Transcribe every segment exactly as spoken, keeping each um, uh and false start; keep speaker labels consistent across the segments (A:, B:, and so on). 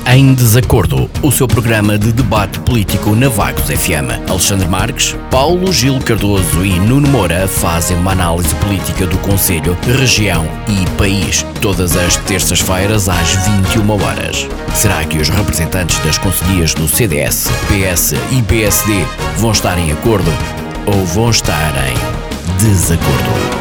A: Em Desacordo, o seu programa de debate político na Vagos F M. Alexandre Marques, Paulo Gil Cardoso e Nuno Moura fazem uma análise política do concelho, região e país. Todas as terças-feiras às vinte e uma horas. Será que os representantes das concelhias do C D S, P S e P S D vão estar em acordo ou vão estar em desacordo?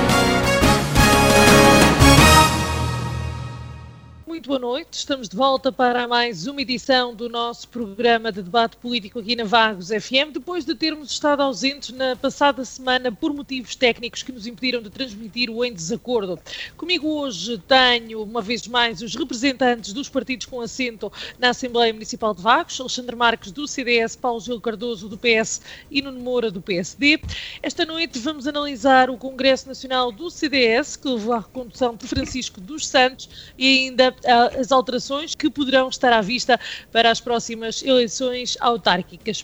B: Muito boa noite, estamos de volta para mais uma edição do nosso programa de debate político aqui na Vagos F M, depois de termos estado ausentes na passada semana por motivos técnicos que nos impediram de transmitir o Em Desacordo. Comigo hoje tenho, uma vez mais, os representantes dos partidos com assento na Assembleia Municipal de Vagos, Alexandre Marques do C D S, Paulo Gil Cardoso do P S e Nuno Moura do P S D. Esta noite vamos analisar o Congresso Nacional do C D S, que levou à recondução de Francisco dos Santos e ainda as alterações que poderão estar à vista para as próximas eleições autárquicas.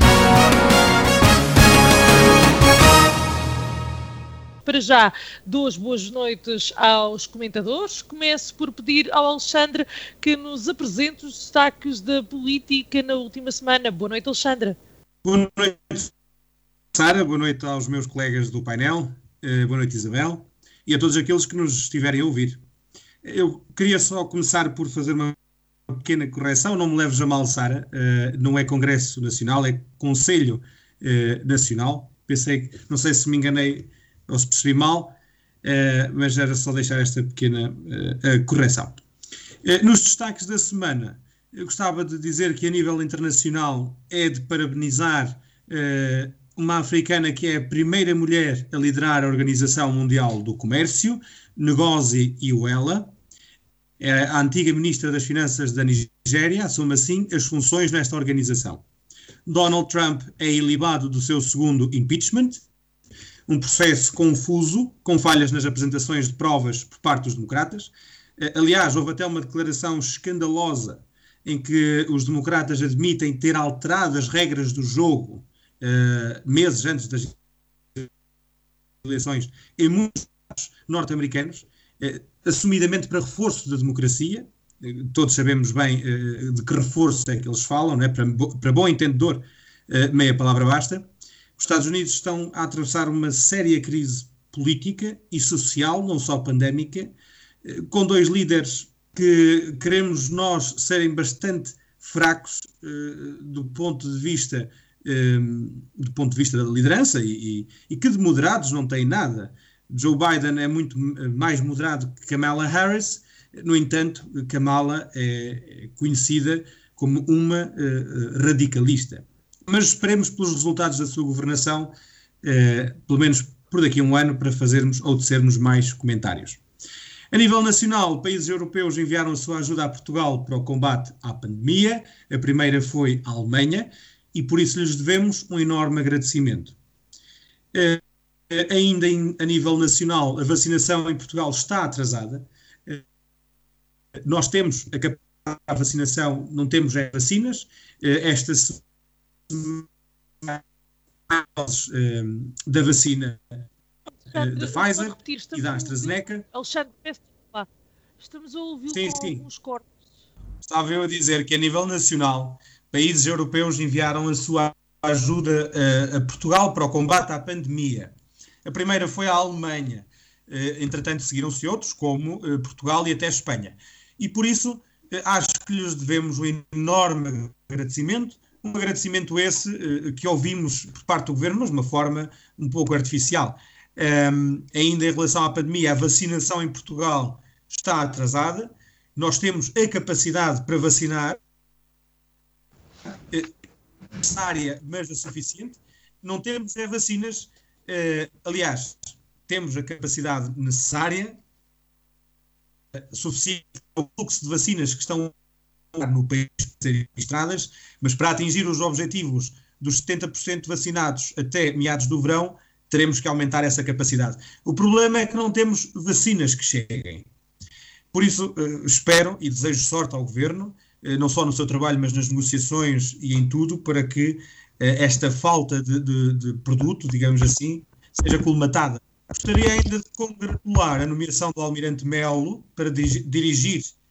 B: Para já, duas boas noites aos comentadores. Começo por pedir ao Alexandre que nos apresente os destaques da política na última semana. Boa noite, Alexandre.
C: Boa noite, Sara. Boa noite aos meus colegas do painel. Boa noite, Isabel. E a todos aqueles que nos estiverem a ouvir. Eu queria só começar por fazer uma pequena correção, não me leves a mal, Sara, uh, não é Congresso Nacional, é Conselho uh, Nacional. Pensei que, não sei se me enganei ou se percebi mal, uh, mas era só deixar esta pequena uh, correção. Uh, nos destaques da semana, eu gostava de dizer que a nível internacional é de parabenizar uh, uma africana que é a primeira mulher a liderar a Organização Mundial do Comércio, Ngozi Iweala. A antiga Ministra das Finanças da Nigéria assume assim as funções nesta organização. Donald Trump é ilibado do seu segundo impeachment, um processo confuso, com falhas nas apresentações de provas por parte dos democratas. Aliás, houve até uma declaração escandalosa em que os democratas admitem ter alterado as regras do jogo uh, meses antes das eleições em muitos norte-americanos, eh, assumidamente para reforço da democracia. Eh, todos sabemos bem eh, de que reforço é que eles falam, não é? Para, para bom entendedor, eh, meia palavra basta. Os Estados Unidos estão a atravessar uma séria crise política e social, não só pandémica, eh, com dois líderes que queremos nós serem bastante fracos eh, do ponto de vista eh, do ponto de vista da liderança e, e, e que de moderados não têm nada. Joe Biden é muito mais moderado que Kamala Harris. No entanto, Kamala é conhecida como uma uh, radicalista. Mas esperemos pelos resultados da sua governação, uh, pelo menos por daqui a um ano, para fazermos ou tecermos mais comentários. A nível nacional, países europeus enviaram a sua ajuda a Portugal para o combate à pandemia. A primeira foi a Alemanha e por isso lhes devemos um enorme agradecimento. Uh, Ainda em, a nível nacional, a vacinação em Portugal está atrasada. Nós temos a capacidade de vacinação, não temos é, vacinas. Esta semana da vacina da Pfizer e da AstraZeneca.
B: Alexandre, peço desculpa. Estamos a ouvir
C: sim,
B: com
C: sim.
B: alguns cortes.
C: Estava eu a dizer que a nível nacional, países europeus enviaram a sua ajuda a, a Portugal para o combate à pandemia. A primeira foi a Alemanha, entretanto seguiram-se outros, como Portugal e até Espanha. E por isso acho que lhes devemos um enorme agradecimento, um agradecimento esse que ouvimos por parte do Governo, mas de uma forma um pouco artificial. Um, ainda em relação à pandemia, a vacinação em Portugal está atrasada, nós temos a capacidade para vacinar, necessária, mas a suficiente, não temos é vacinas. Uh, aliás, temos a capacidade necessária, uh, suficiente para o fluxo de vacinas que estão no país a serem administradas, mas para atingir os objetivos dos setenta por cento vacinados até meados do verão, teremos que aumentar essa capacidade. O problema é que não temos vacinas que cheguem. Por isso, uh, espero e desejo sorte ao Governo, uh, não só no seu trabalho, mas nas negociações e em tudo, para que esta falta de, de, de produto, digamos assim, seja colmatada. Gostaria ainda de congratular a nomeação do Almirante Melo para dirigir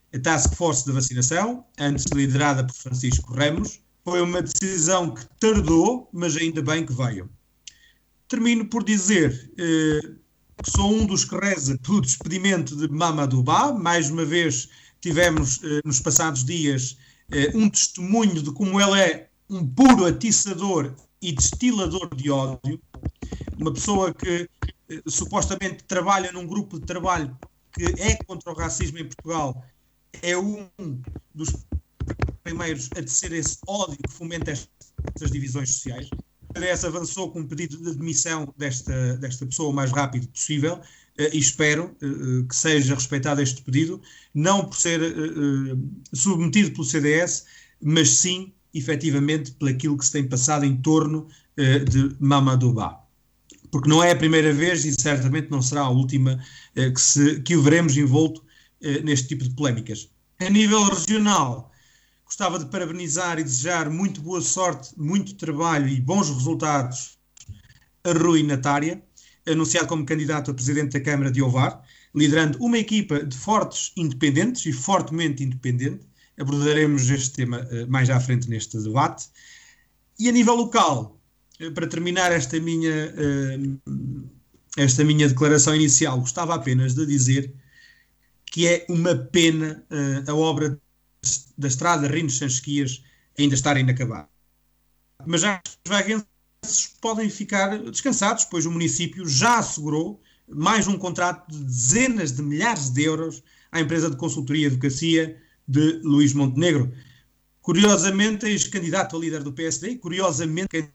C: A Task Force de Vacinação, antes liderada por Francisco Ramos, foi uma decisão que tardou, mas ainda bem que veio. Termino por dizer eh, que sou um dos que reza pelo despedimento de Mamadou Ba. Mais uma vez tivemos eh, nos passados dias eh, um testemunho de como ele é um puro atiçador e destilador de ódio. Uma pessoa que eh, supostamente trabalha num grupo de trabalho que é contra o racismo em Portugal, é um dos primeiros a tecer esse ódio que fomenta estas divisões sociais. O P D S avançou com um pedido de demissão desta, desta pessoa o mais rápido possível eh, e espero eh, que seja respeitado este pedido, não por ser eh, submetido pelo C D S, mas sim, efetivamente, por aquilo que se tem passado em torno eh, de Mamadou Ba. Porque não é a primeira vez e certamente não será a última eh, que, se, que o veremos envolto eh, neste tipo de polémicas. A nível regional, gostava de parabenizar e desejar muito boa sorte, muito trabalho e bons resultados a Rui Natária, anunciado como candidato a presidente da Câmara de Ovar, liderando uma equipa de fortes independentes e fortemente independente. Abordaremos este tema uh, mais à frente neste debate. E a nível local, uh, para terminar esta minha, uh, esta minha declaração inicial, gostava apenas de dizer que é uma pena uh, a obra da estrada Rinos-Sanchesquias ainda estar inacabada. Mas já os vaguenses podem ficar descansados, pois o município já assegurou mais um contrato de dezenas de milhares de euros à empresa de consultoria e advocacia de Luís Montenegro. Curiosamente, ex-candidato a líder do P S D, curiosamente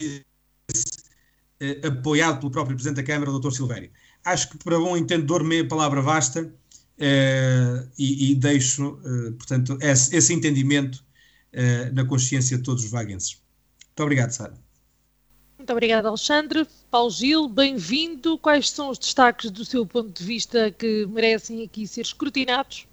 C: eh, apoiado pelo próprio Presidente da Câmara, doutor Silvério. Acho que para bom entendedor meia palavra basta. Uh, e, e deixo, uh, portanto, esse, esse entendimento uh, na consciência de todos os vaguenses. Muito obrigado, Sara.
B: Muito obrigado, Alexandre. Paulo Gil, bem-vindo. Quais são os destaques do seu ponto de vista que merecem aqui ser escrutinados?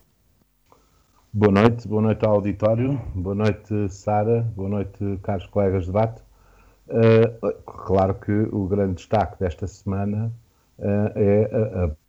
D: Boa noite, boa noite ao auditório, boa noite, Sara, boa noite, caros colegas de debate. Uh, claro que o grande destaque desta semana uh, é a, a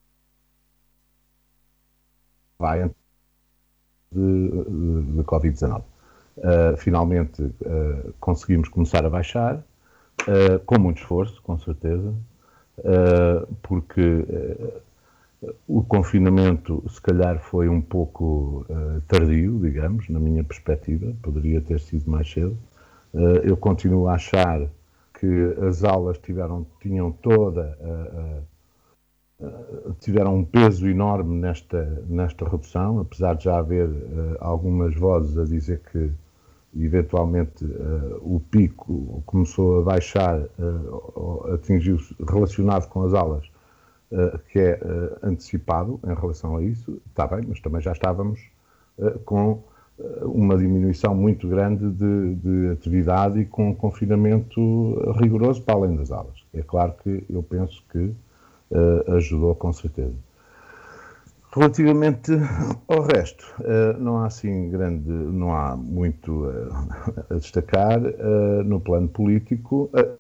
D: vai de, de, de covid dezanove. Uh, finalmente uh, conseguimos começar a baixar, uh, com muito esforço, com certeza, uh, porque uh, o confinamento se calhar foi um pouco uh, tardio, digamos, na minha perspectiva, poderia ter sido mais cedo. Uh, eu continuo a achar que as aulas tiveram, tinham toda a, a tiveram um peso enorme nesta, nesta redução, apesar de já haver uh, algumas vozes a dizer que eventualmente uh, o pico começou a baixar, uh, atingiu-se relacionado com as aulas, uh, que é uh, antecipado em relação a isso, está bem, mas também já estávamos uh, com uh, uma diminuição muito grande de, de atividade e com um confinamento rigoroso para além das aulas. É claro que eu penso que Uh, ajudou com certeza. Relativamente ao resto, uh, não há assim grande, não há muito uh, a destacar uh, no plano político. Uh,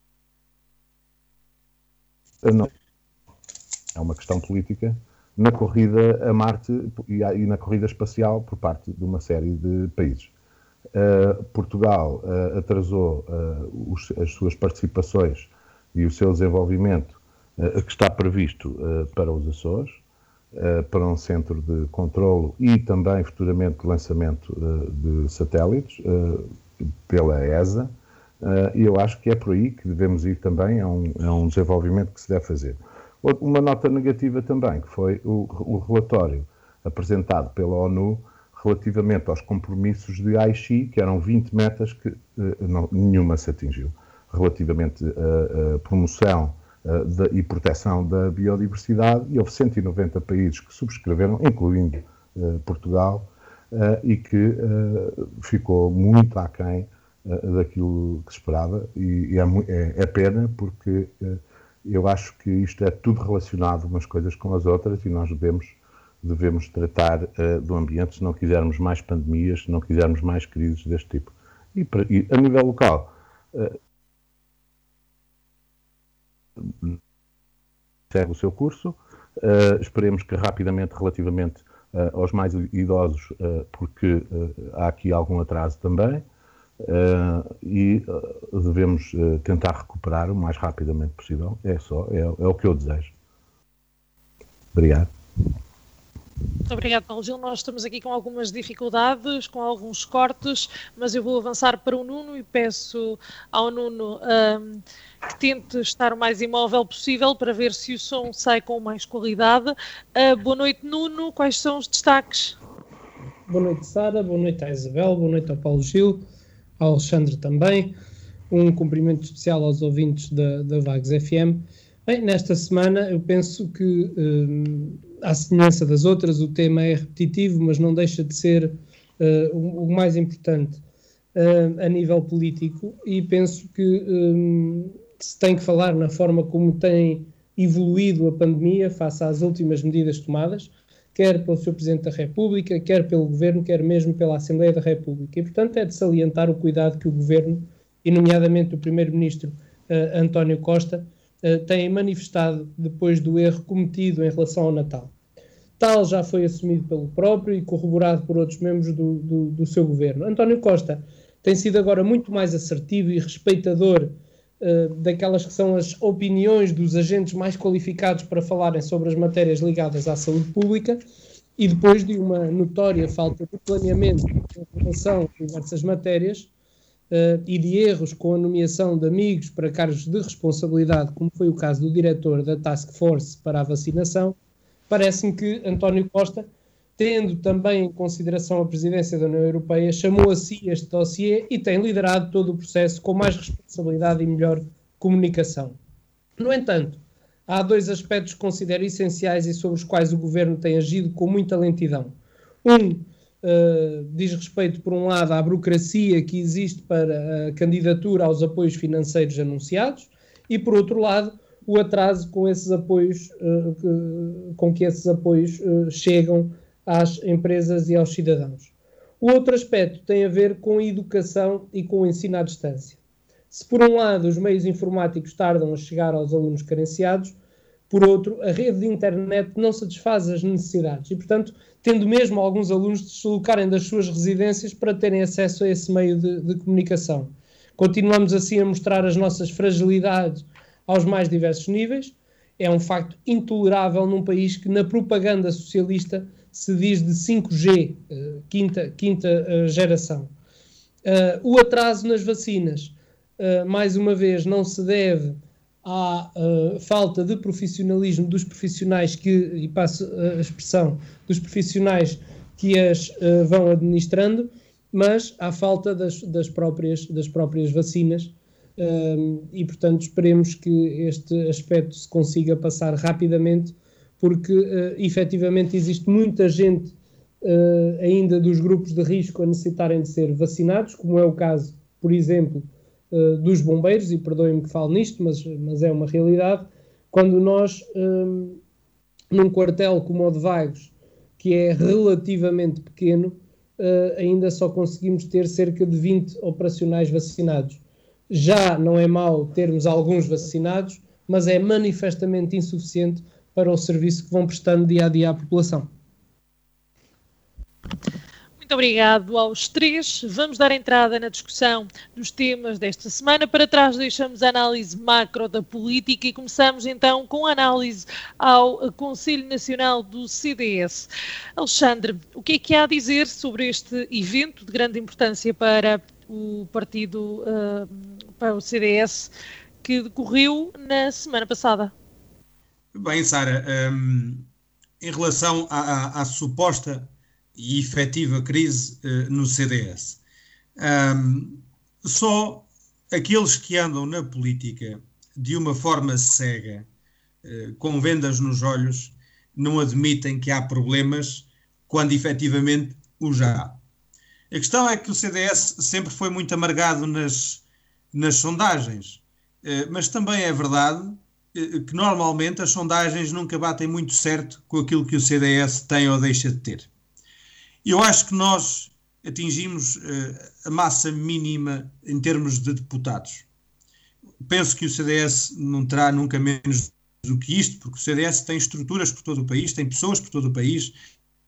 D: uh, não. É uma questão política na corrida a Marte e, e na corrida espacial por parte de uma série de países. Uh, Portugal uh, atrasou uh, os, as suas participações e o seu desenvolvimento que está previsto uh, para os Açores, uh, para um centro de controlo e também futuramente lançamento uh, de satélites uh, pela E S A, uh, e eu acho que é por aí que devemos ir também, é um, é um desenvolvimento que se deve fazer. Uma nota negativa também, que foi o, o relatório apresentado pela ONU relativamente aos compromissos de Aichi, que eram vinte metas que uh, não, nenhuma se atingiu, relativamente à promoção Uh, de, e proteção da biodiversidade, e houve cento e noventa países que subscreveram, incluindo uh, Portugal, uh, e que uh, ficou muito aquém uh, daquilo que se esperava, e, e é, é, é pena, porque uh, eu acho que isto é tudo relacionado umas coisas com as outras, e nós devemos, devemos tratar uh, do ambiente se não quisermos mais pandemias, se não quisermos mais crises deste tipo. E, e a nível local, uh, segue o seu curso, uh, esperemos que rapidamente, relativamente uh, aos mais idosos, uh, porque uh, há aqui algum atraso também, uh, e uh, devemos uh, tentar recuperar o mais rapidamente possível. É só, é, é o que eu desejo. Obrigado.
B: Muito obrigado, Paulo Gil. Nós estamos aqui com algumas dificuldades, com alguns cortes, mas eu vou avançar para o Nuno e peço ao Nuno um, que tente estar o mais imóvel possível para ver se o som sai com mais qualidade. Uh, boa noite, Nuno. Quais são os destaques?
E: Boa noite, Sara. Boa noite à Isabel. Boa noite ao Paulo Gil. Ao Alexandre também. Um cumprimento especial aos ouvintes da, da Vagos F M. Bem, nesta semana eu penso que, um, à semelhança das outras, o tema é repetitivo, mas não deixa de ser uh, o, o mais importante uh, a nível político, e penso que um, se tem que falar na forma como tem evoluído a pandemia face às últimas medidas tomadas, quer pelo senhor Presidente da República, quer pelo Governo, quer mesmo pela Assembleia da República. E, portanto, é de salientar o cuidado que o Governo, e nomeadamente o Primeiro-Ministro uh, António Costa, Uh, têm manifestado depois do erro cometido em relação ao Natal. Tal já foi assumido pelo próprio e corroborado por outros membros do, do, do seu governo. António Costa tem sido agora muito mais assertivo e respeitador uh, daquelas que são as opiniões dos agentes mais qualificados para falarem sobre as matérias ligadas à saúde pública, e depois de uma notória falta de planeamento em relação a diversas matérias, Uh, e de erros com a nomeação de amigos para cargos de responsabilidade, como foi o caso do diretor da Task Force para a vacinação, parece-me que António Costa, tendo também em consideração a presidência da União Europeia, chamou a si este dossiê e tem liderado todo o processo com mais responsabilidade e melhor comunicação. No entanto, há dois aspectos que considero essenciais e sobre os quais o Governo tem agido com muita lentidão. Um, Uh, diz respeito, por um lado, à burocracia que existe para a candidatura aos apoios financeiros anunciados, e, por outro lado, o atraso com esses apoios, uh, que, com que esses apoios uh, chegam às empresas e aos cidadãos. O outro aspecto tem a ver com a educação e com o ensino à distância. Se, por um lado, os meios informáticos tardam a chegar aos alunos carenciados, por outro, a rede de internet não satisfaz as necessidades e, portanto, tendo mesmo alguns alunos de se deslocarem das suas residências para terem acesso a esse meio de, de comunicação. Continuamos assim a mostrar as nossas fragilidades aos mais diversos níveis. É um facto intolerável num país que na propaganda socialista se diz de cinco G, uh, quinta, quinta uh, geração. Uh, o atraso nas vacinas, uh, mais uma vez, não se deve à uh, falta de profissionalismo dos profissionais que, e passo a expressão, dos profissionais que as uh, vão administrando, mas à falta das, das, próprias, das próprias vacinas, um, e portanto esperemos que este aspecto se consiga passar rapidamente, porque uh, efetivamente existe muita gente uh, ainda dos grupos de risco a necessitarem de ser vacinados, como é o caso, por exemplo, dos bombeiros, e perdoem-me que falo nisto, mas, mas é uma realidade. Quando nós, um, num quartel como o de Vagos, que é relativamente pequeno, uh, ainda só conseguimos ter cerca de vinte operacionais vacinados. Já não é mau termos alguns vacinados, mas é manifestamente insuficiente para o serviço que vão prestando dia a dia à população.
B: Muito obrigado aos três. Vamos dar entrada na discussão dos temas desta semana. Para trás deixamos a análise macro da política e começamos então com a análise ao Conselho Nacional do C D S. Alexandre, o que é que há a dizer sobre este evento de grande importância para o partido, uh, para o C D S, que decorreu na semana passada?
C: Bem, Sara, um, em relação à, à, à suposta e efetiva crise uh, no C D S. Um, só aqueles que andam na política de uma forma cega, uh, com vendas nos olhos, não admitem que há problemas quando efetivamente os há. A questão é que o C D S sempre foi muito amargado nas, nas sondagens, uh, mas também é verdade uh, que normalmente as sondagens nunca batem muito certo com aquilo que o C D S tem ou deixa de ter. Eu acho que nós atingimos uh, a massa mínima em termos de deputados. Penso que o C D S não terá nunca menos do que isto, porque o C D S tem estruturas por todo o país, tem pessoas por todo o país,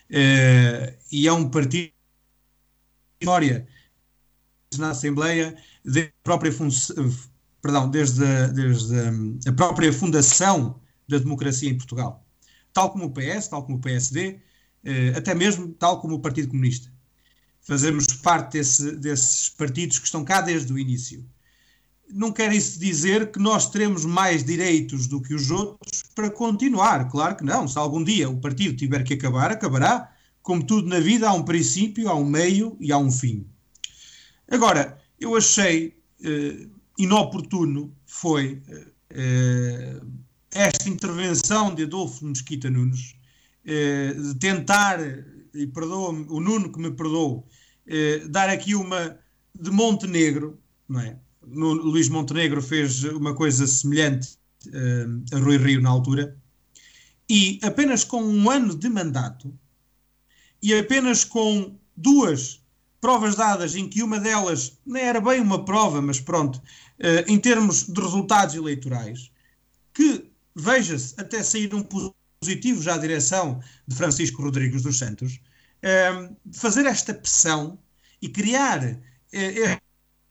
C: uh, e é um partido história na Assembleia desde a própria, perdão, desde a, desde a própria fundação da democracia em Portugal. Tal como o P S, tal como o P S D, uh, até mesmo tal como o Partido Comunista. Fazemos parte desse, desses partidos que estão cá desde o início. Não quer isso dizer que nós teremos mais direitos do que os outros para continuar. Claro que não. Se algum dia o partido tiver que acabar, acabará. Como tudo na vida, há um princípio, há um meio e há um fim. Agora, eu achei eh, inoportuno foi eh, esta intervenção de Adolfo Mesquita Nunes, eh, de tentar, e perdoa-me, o Nuno que me perdoou, eh, dar aqui uma de Montenegro, não é? No, Luís Montenegro fez uma coisa semelhante uh, a Rui Rio na altura, e apenas com um ano de mandato e apenas com duas provas dadas, em que uma delas nem era bem uma prova, mas pronto, uh, em termos de resultados eleitorais, que, veja-se, até saíram positivos já à direção de Francisco Rodrigues dos Santos, uh, fazer esta pressão e criar uh,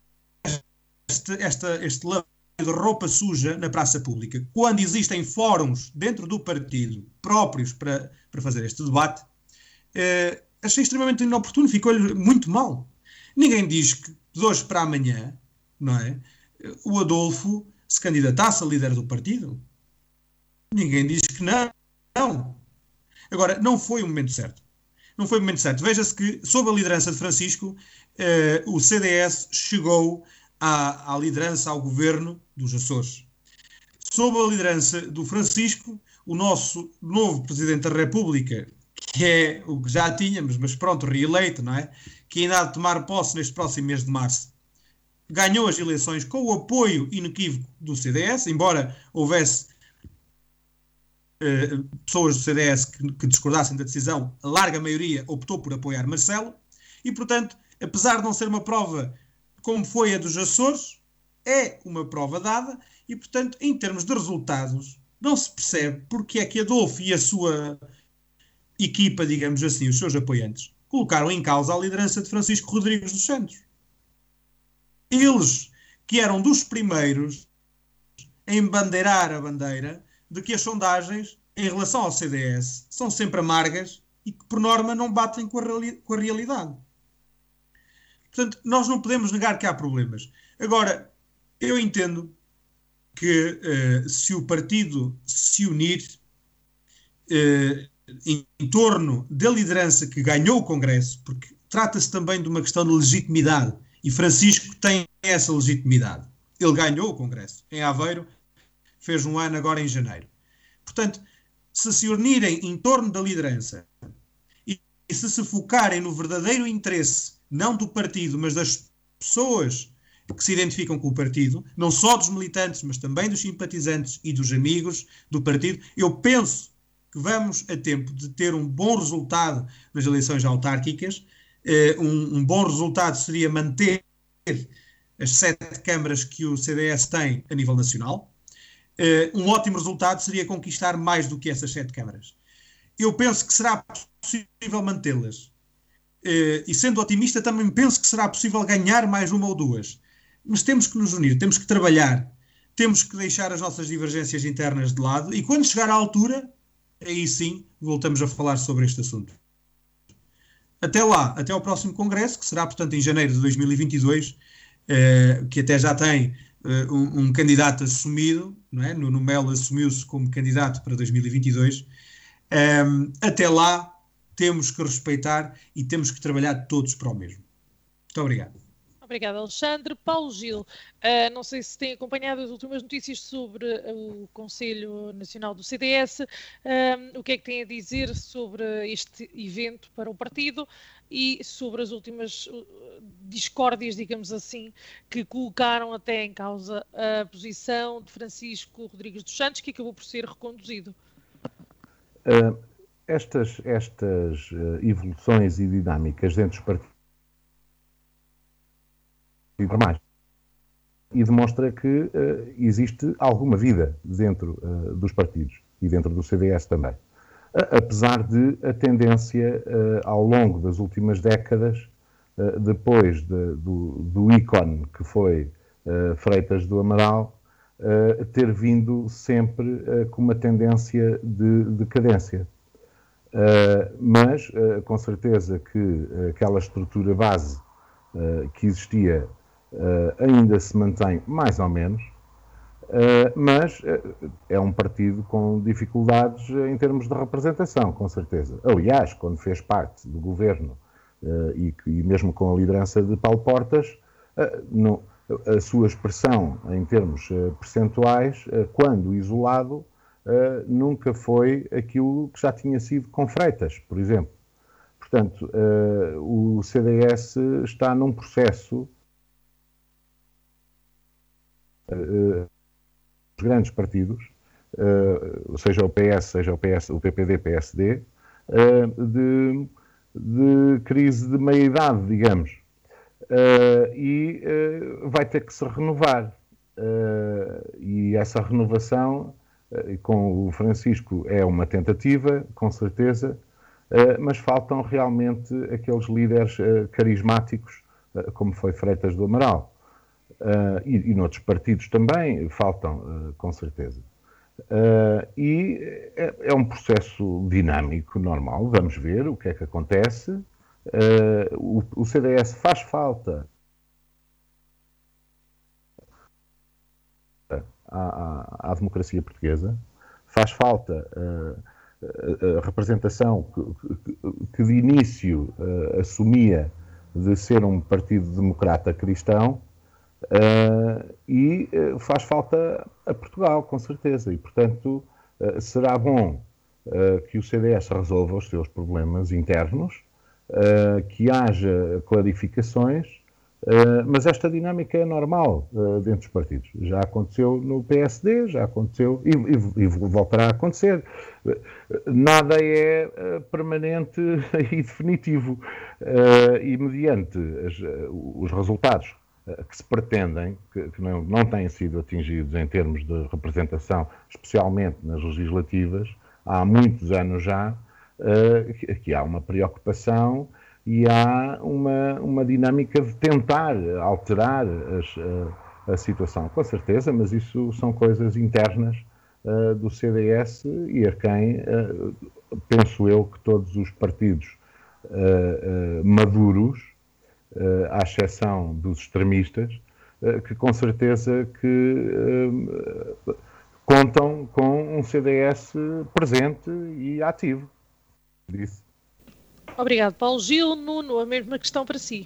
C: Este, esta, este lado de roupa suja na praça pública, quando existem fóruns dentro do partido próprios para, para fazer este debate, eh, achei extremamente inoportuno, ficou-lhe muito mal. Ninguém diz que de hoje para amanhã, não é, o Adolfo se candidatasse a líder do partido. Ninguém diz que não. não. Agora, não foi o momento certo. Não foi o momento certo. Veja-se que, sob a liderança de Francisco, eh, o C D S chegou À, à liderança, ao governo dos Açores. Sob a liderança do Francisco, o nosso novo Presidente da República, que é o que já tínhamos, mas pronto, reeleito, não é? Que ainda há de tomar posse neste próximo mês de março, ganhou as eleições com o apoio inequívoco do C D S, embora houvesse uh, pessoas do C D S que, que discordassem da decisão, a larga maioria optou por apoiar Marcelo, e portanto, apesar de não ser uma prova como foi a dos Açores, é uma prova dada e, portanto, em termos de resultados, não se percebe porque é que Adolfo e a sua equipa, digamos assim, os seus apoiantes, colocaram em causa a liderança de Francisco Rodrigues dos Santos. Eles, que eram dos primeiros a embandeirar a bandeira de que as sondagens, em relação ao C D S, são sempre amargas e que, por norma, não batem com a, reali- com a realidade. Portanto, nós não podemos negar que há problemas. Agora, eu entendo que uh, se o partido se unir uh, em, em torno da liderança que ganhou o Congresso, porque trata-se também de uma questão de legitimidade, e Francisco tem essa legitimidade. Ele ganhou o Congresso em Aveiro, fez um ano agora em janeiro. Portanto, se se unirem em torno da liderança e, e se se focarem no verdadeiro interesse, não do partido, mas das pessoas que se identificam com o partido, não só dos militantes, mas também dos simpatizantes e dos amigos do partido, eu penso que vamos a tempo de ter um bom resultado nas eleições autárquicas. Uh, um, um bom resultado seria manter as sete câmaras que o C D S tem a nível nacional. Uh, um ótimo resultado seria conquistar mais do que essas sete câmaras. Eu penso que será possível mantê-las. Uh, e sendo otimista, também penso que será possível ganhar mais uma ou duas. Mas temos que nos unir, temos que trabalhar, temos que deixar as nossas divergências internas de lado e quando chegar à altura, aí sim, voltamos a falar sobre este assunto. Até lá, até ao próximo Congresso, que será, portanto, em janeiro de dois mil e vinte e dois, uh, que até já tem uh, um, um candidato assumido, não é? Nuno Melo assumiu-se como candidato para dois mil e vinte e dois. Um, até lá, temos que respeitar e temos que trabalhar todos para o mesmo. Muito obrigado.
B: Obrigada, Alexandre. Paulo Gil, uh, não sei se tem acompanhado as últimas notícias sobre uh, o Conselho Nacional do C D S, uh, o que é que tem a dizer sobre este evento para o partido e sobre as últimas uh, discórdias, digamos assim, que colocaram até em causa a posição de Francisco Rodrigues dos Santos, que acabou por ser reconduzido.
D: Uh, estas estas uh, evoluções e dinâmicas dentro dos partidos mais e demonstra que uh, existe alguma vida dentro uh, dos partidos e dentro do C D S também. apesar de a tendência, ao longo das últimas décadas, depois de, do, do ícone que foi Freitas do Amaral, ter vindo sempre com uma tendência de decadência. Mas, com certeza que aquela estrutura base que existia ainda se mantém mais ou menos, Uh, mas uh, é um partido com dificuldades em termos de representação, com certeza. Aliás, quando fez parte do governo uh, e, e mesmo com a liderança de Paulo Portas, uh, no, a sua expressão em termos uh, percentuais, uh, quando isolado, uh, nunca foi aquilo que já tinha sido com Freitas, por exemplo. Portanto, uh, o C D S está num processo... Uh, os grandes partidos, uh, seja o P S, seja o, P S, o P P D, P S D, uh, de, de crise de meia-idade, digamos. Uh, e uh, vai ter que se renovar. Uh, e essa renovação, uh, com o Francisco, é uma tentativa, com certeza, uh, mas faltam realmente aqueles líderes uh, carismáticos, uh, como foi Freitas do Amaral. Uh, e, e noutros partidos também faltam, uh, com certeza. Uh, e é, é um processo dinâmico, normal. Vamos ver o que é que acontece. Uh, o, o C D S faz falta à, à, à democracia portuguesa, faz falta uh, a, a representação que, que, que de início uh, assumia de ser um partido democrata cristão. Uh, e uh, faz falta a Portugal, com certeza, e portanto uh, será bom uh, que o C D S resolva os seus problemas internos, uh, que haja clarificações, uh, mas esta dinâmica é normal uh, dentro dos partidos. Já aconteceu no P S D, já aconteceu e, e, e voltará a acontecer. Uh, nada é uh, permanente e definitivo, uh, e mediante as, uh, os resultados que se pretendem, que, que não, não têm sido atingidos em termos de representação, especialmente nas legislativas, há muitos anos já, uh, que, que há uma preocupação e há uma, uma dinâmica de tentar alterar as, uh, a situação. Com certeza, mas isso são coisas internas uh, do C D S e a quem, uh, penso eu, que todos os partidos uh, uh, maduros, Uh, à exceção dos extremistas, uh, que com certeza que uh, contam com um C D S presente e ativo. Disse.
B: Obrigado, Paulo Gil. Nuno, a mesma questão para si.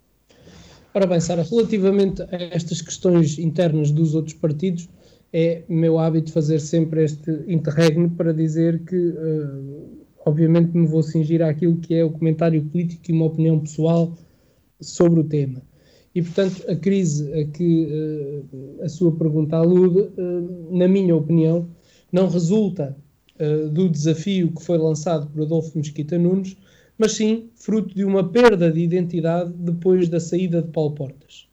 E: Ora bem, Sara, relativamente a estas questões internas dos outros partidos, é meu hábito fazer sempre este interregno para dizer que, uh, obviamente, me vou cingir àquilo que é o comentário político e uma opinião pessoal sobre o tema. E, portanto, a crise a que uh, a sua pergunta alude, uh, na minha opinião, não resulta uh, do desafio que foi lançado por Adolfo Mesquita Nunes, mas sim fruto de uma perda de identidade depois da saída de Paulo Portas.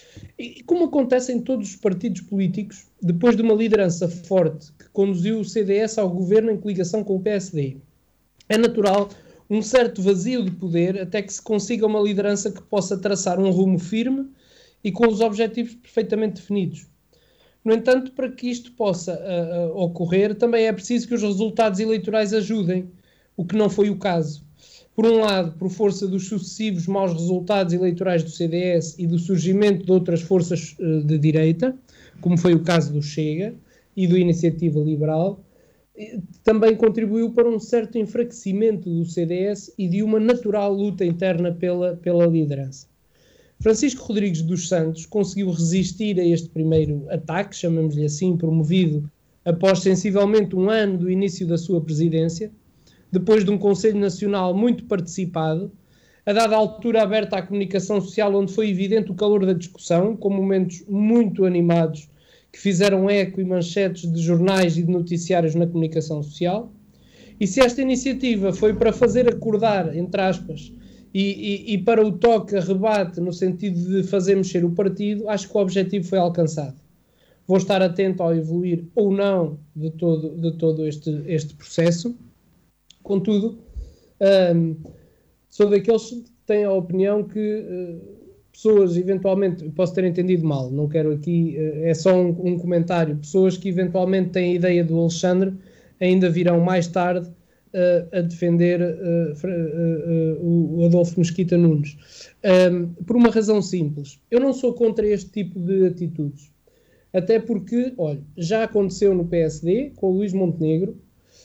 E: E como acontece em todos os partidos políticos, depois de uma liderança forte que conduziu o C D S ao governo em coligação com o P S D, é natural um certo vazio de poder até que se consiga uma liderança que possa traçar um rumo firme e com os objetivos perfeitamente definidos. No entanto, para que isto possa uh, uh, ocorrer, também é preciso que os resultados eleitorais ajudem, o que não foi o caso. Por um lado, por força dos sucessivos maus resultados eleitorais do C D S e do surgimento de outras forças uh, de direita, como foi o caso do Chega e do Iniciativa Liberal, também contribuiu para um certo enfraquecimento do C D S e de uma natural luta interna pela, pela liderança. Francisco Rodrigues dos Santos conseguiu resistir a este primeiro ataque, chamamos-lhe assim, promovido após sensivelmente um ano do início da sua presidência, depois de um Conselho Nacional muito participado, a dada altura aberta à comunicação social, onde foi evidente o calor da discussão, com momentos muito animados que fizeram eco e manchetes de jornais e de noticiários na comunicação social. E se esta iniciativa foi para fazer acordar, entre aspas, e, e, e para o toque a rebate no sentido de fazer mexer o partido, acho que o objetivo foi alcançado. Vou estar atento ao evoluir ou não de todo, de todo este, este processo. Contudo, um, sou daqueles que têm a opinião que uh, pessoas, eventualmente, posso ter entendido mal, não quero aqui, uh, é só um, um comentário, pessoas que eventualmente têm a ideia do Alexandre ainda virão mais tarde uh, a defender uh, uh, uh, o Adolfo Mesquita Nunes. Um, por uma razão simples. Eu não sou contra este tipo de atitudes. Até porque, olha, já aconteceu no P S D, com o Luís Montenegro,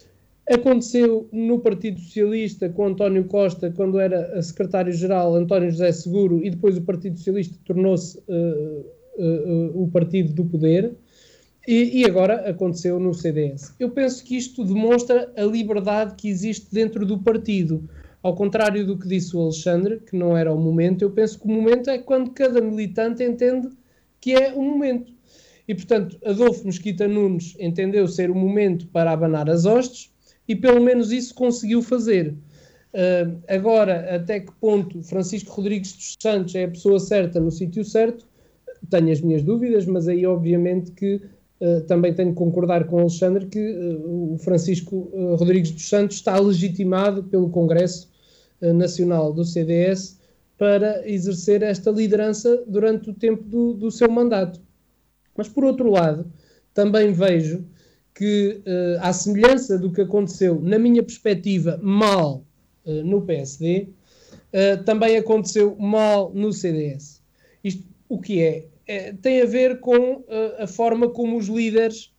E: aconteceu no Partido Socialista com António Costa, quando era secretário-geral António José Seguro, e depois o Partido Socialista tornou-se uh, uh, uh, o partido do poder, e, e agora aconteceu no C D S. Eu penso que isto demonstra a liberdade que existe dentro do partido. Ao contrário do que disse o Alexandre, que não era o momento, eu penso que o momento é quando cada militante entende que é o momento. E, portanto, Adolfo Mesquita Nunes entendeu ser o momento para abanar as hostes e, pelo menos, isso conseguiu fazer. Uh, agora, até que ponto Francisco Rodrigues dos Santos é a pessoa certa no sítio certo, tenho as minhas dúvidas, mas aí, obviamente, que uh, também tenho que concordar com o Alexandre que uh, o Francisco uh, Rodrigues dos Santos está legitimado pelo Congresso uh, Nacional do C D S para exercer esta liderança durante o tempo do, do seu mandato. Mas, por outro lado, também vejo que, uh, à semelhança do que aconteceu, na minha perspectiva, mal uh, no P S D, uh, também aconteceu mal no C D S. Isto, o que é? é tem a ver com uh, a forma como os líderes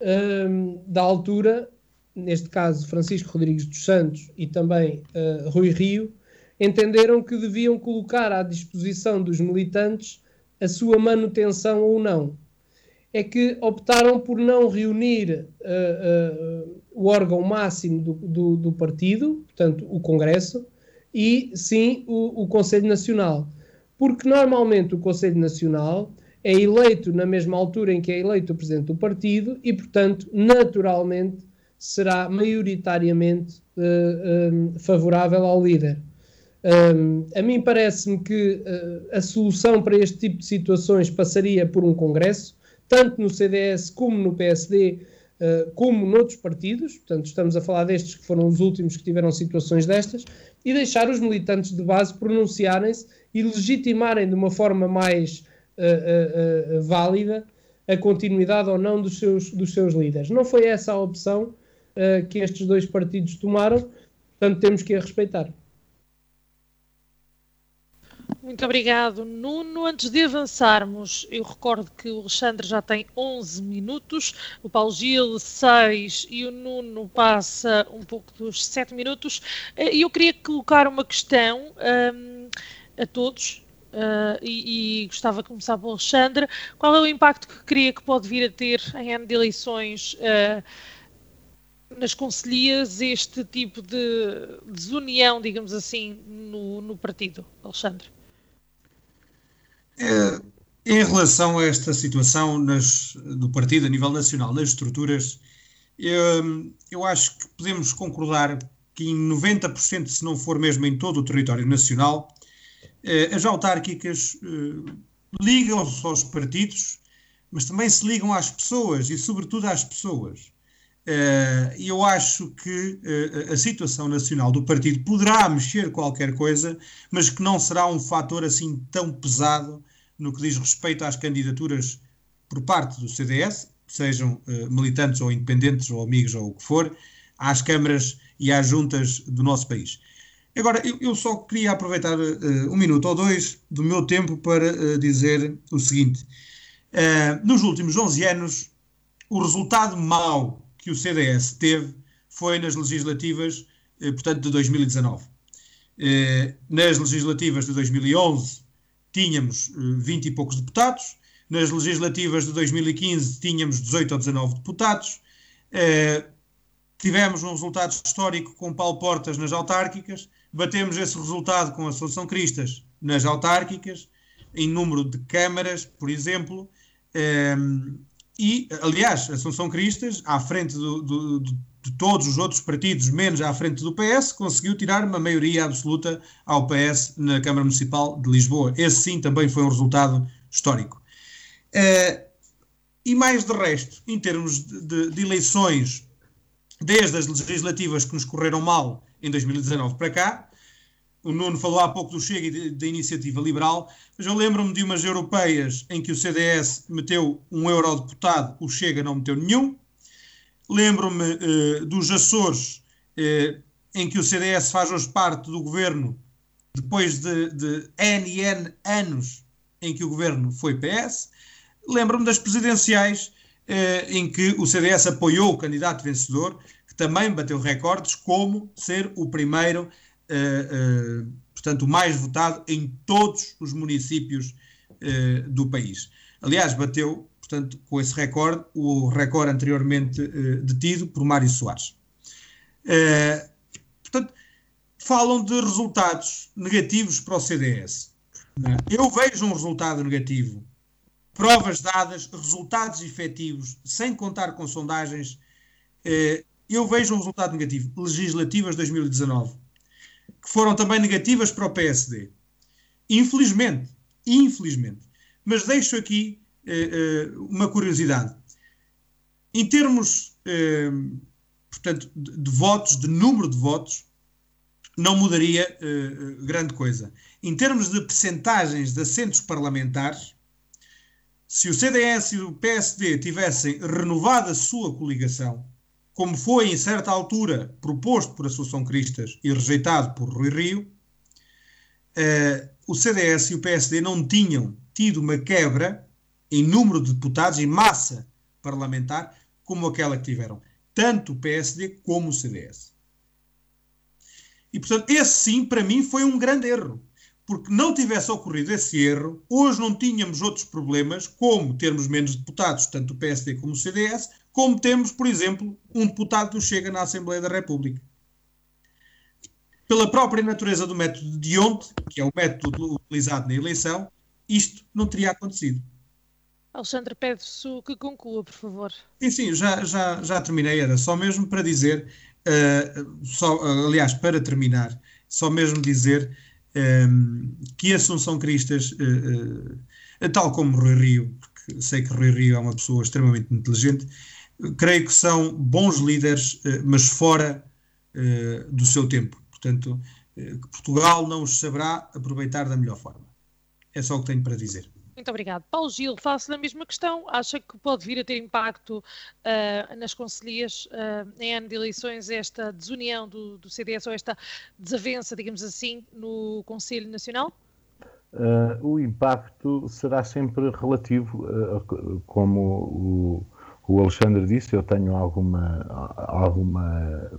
E: uh, da altura, neste caso Francisco Rodrigues dos Santos e também uh, Rui Rio, entenderam que deviam colocar à disposição dos militantes a sua manutenção ou não. É que optaram por não reunir uh, uh, o órgão máximo do, do, do partido, portanto, o Congresso, e sim o, o Conselho Nacional. Porque normalmente o Conselho Nacional é eleito na mesma altura em que é eleito o Presidente do partido e, portanto, naturalmente será maioritariamente uh, uh, favorável ao líder. Um, a mim parece-me que uh, a solução para este tipo de situações passaria por um Congresso, tanto no C D S como no P S D, uh, como noutros partidos, portanto estamos a falar destes que foram os últimos que tiveram situações destas, e deixar os militantes de base pronunciarem-se e legitimarem de uma forma mais uh, uh, uh, válida a continuidade ou não dos seus, dos seus líderes. Não foi essa a opção uh, que estes dois partidos tomaram, portanto temos que a respeitar.
B: Muito obrigado, Nuno. Antes de avançarmos, eu recordo que o Alexandre já tem onze minutos, o Paulo Gil seis e o Nuno passa um pouco dos sete minutos. E eu queria colocar uma questão um, a todos uh, e, e gostava de começar pelo Alexandre. Qual é o impacto que queria que pode vir a ter em ano de eleições uh, nas concelhias este tipo de desunião, digamos assim, no, no partido, Alexandre?
C: É, em relação a esta situação nas, do partido a nível nacional, nas estruturas, eu, eu acho que podemos concordar que em noventa por cento, se não for mesmo em todo o território nacional, eh, as autárquicas eh, ligam-se aos partidos, mas também se ligam às pessoas e sobretudo às pessoas. E uh, eu acho que uh, a situação nacional do partido poderá mexer qualquer coisa, mas que não será um fator assim tão pesado no que diz respeito às candidaturas por parte do C D S, sejam uh, militantes ou independentes ou amigos ou o que for, às câmaras e às juntas do nosso país. Agora, eu, eu só queria aproveitar uh, um minuto ou dois do meu tempo para uh, dizer o seguinte. Uh, nos últimos onze anos, o resultado mau que o C D S teve foi nas legislativas, eh, portanto, de dois mil e dezanove. Eh, nas legislativas de dois mil e onze tínhamos eh, vinte e poucos deputados, nas legislativas de dois mil e quinze tínhamos dezoito ou dezanove deputados, eh, tivemos um resultado histórico com Paulo Portas nas autárquicas, batemos esse resultado com Assunção Cristas nas autárquicas, em número de câmaras, por exemplo, eh, e, aliás, Assunção Cristas, à frente do, do, de todos os outros partidos, menos à frente do P S, conseguiu tirar uma maioria absoluta ao P S na Câmara Municipal de Lisboa. Esse sim também foi um resultado histórico. Uh, e mais de resto, em termos de, de, de eleições desde as legislativas que nos correram mal em dois mil e dezanove para cá. O Nuno falou há pouco do Chega e da Iniciativa Liberal, mas eu lembro-me de umas europeias em que o C D S meteu um eurodeputado, o Chega não meteu nenhum. Lembro-me uh, dos Açores, uh, em que o C D S faz hoje parte do governo, depois de, de N e N anos em que o governo foi P S. Lembro-me das presidenciais, uh, em que o C D S apoiou o candidato vencedor, que também bateu recordes, como ser o primeiro, uh, uh, portanto, o mais votado em todos os municípios uh, do país. Aliás, bateu, portanto, com esse recorde, o recorde anteriormente uh, detido por Mário Soares. Uh, portanto, falam de resultados negativos para o C D S. Eu vejo um resultado negativo, provas dadas, resultados efetivos, sem contar com sondagens. Uh, eu vejo um resultado negativo. Legislativas dois mil e dezanove, que foram também negativas para o P S D. Infelizmente, infelizmente. Mas deixo aqui uh, uh, uma curiosidade. Em termos, uh, portanto, de, de votos, de número de votos, não mudaria uh, grande coisa. Em termos de percentagens de assentos parlamentares, se o C D S e o P S D tivessem renovado a sua coligação, como foi em certa altura proposto por Assunção Cristas e rejeitado por Rui Rio, uh, o C D S e o P S D não tinham tido uma quebra em número de deputados, em massa parlamentar, como aquela que tiveram. Tanto o P S D como o C D S. E, portanto, esse sim, para mim, foi um grande erro. Porque não tivesse ocorrido esse erro, hoje não tínhamos outros problemas, como termos menos deputados, tanto do P S D como do C D S, como temos, por exemplo, um deputado do Chega na Assembleia da República. Pela própria natureza do método de D'Hondt, que é o método utilizado na eleição, isto não teria acontecido.
B: Alexandre, peço que conclua, por favor.
C: Sim, sim, já, já, já terminei. Era só mesmo para dizer, uh, só, uh, aliás, para terminar, só mesmo dizer um, que Assunção Cristas, uh, uh, tal como Rui Rio, porque sei que Rui Rio é uma pessoa extremamente inteligente, creio que são bons líderes, uh, mas fora uh, do seu tempo. Portanto, uh, que Portugal não os saberá aproveitar da melhor forma. É só o que tenho para dizer.
B: Muito obrigado. Paulo Gil, faço-lhe a mesma questão. Acha que pode vir a ter impacto uh, nas concelhias uh, em ano de eleições esta desunião do, do C D S ou esta desavença, digamos assim, no Conselho Nacional?
D: Uh, o impacto será sempre relativo, uh, como o, o Alexandre disse. Eu tenho alguma, alguma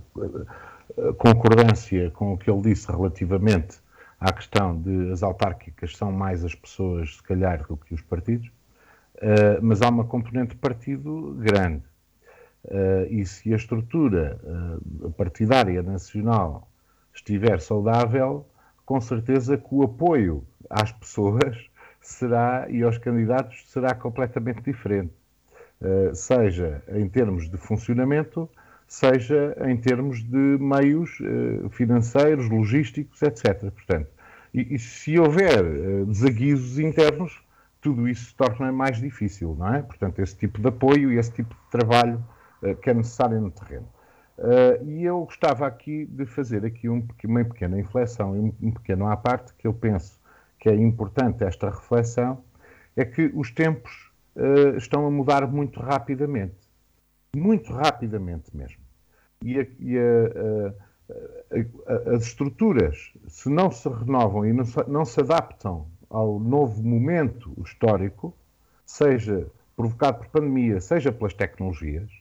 D: concordância com o que ele disse relativamente à questão de as autárquicas são mais as pessoas, se calhar, do que os partidos, uh, mas há uma componente de partido grande. Uh, e se a estrutura uh, partidária nacional estiver saudável, com certeza que o apoio às pessoas será, e aos candidatos será completamente diferente. Uh, seja em termos de funcionamento, seja em termos de meios uh, financeiros, logísticos, etcétera. Portanto, e, e se houver uh, desaguisos internos, tudo isso se torna mais difícil, não é? Portanto, esse tipo de apoio e esse tipo de trabalho uh, que é necessário no terreno. Uh, e eu gostava aqui de fazer aqui um, uma pequena inflexão e um, um pequeno à parte, que eu penso que é importante esta reflexão, é que os tempos uh, estão a mudar muito rapidamente. Muito rapidamente mesmo. E, a, e a, a, a, as estruturas, se não se renovam e não se, não se adaptam ao novo momento histórico, seja provocado por pandemia, seja pelas tecnologias,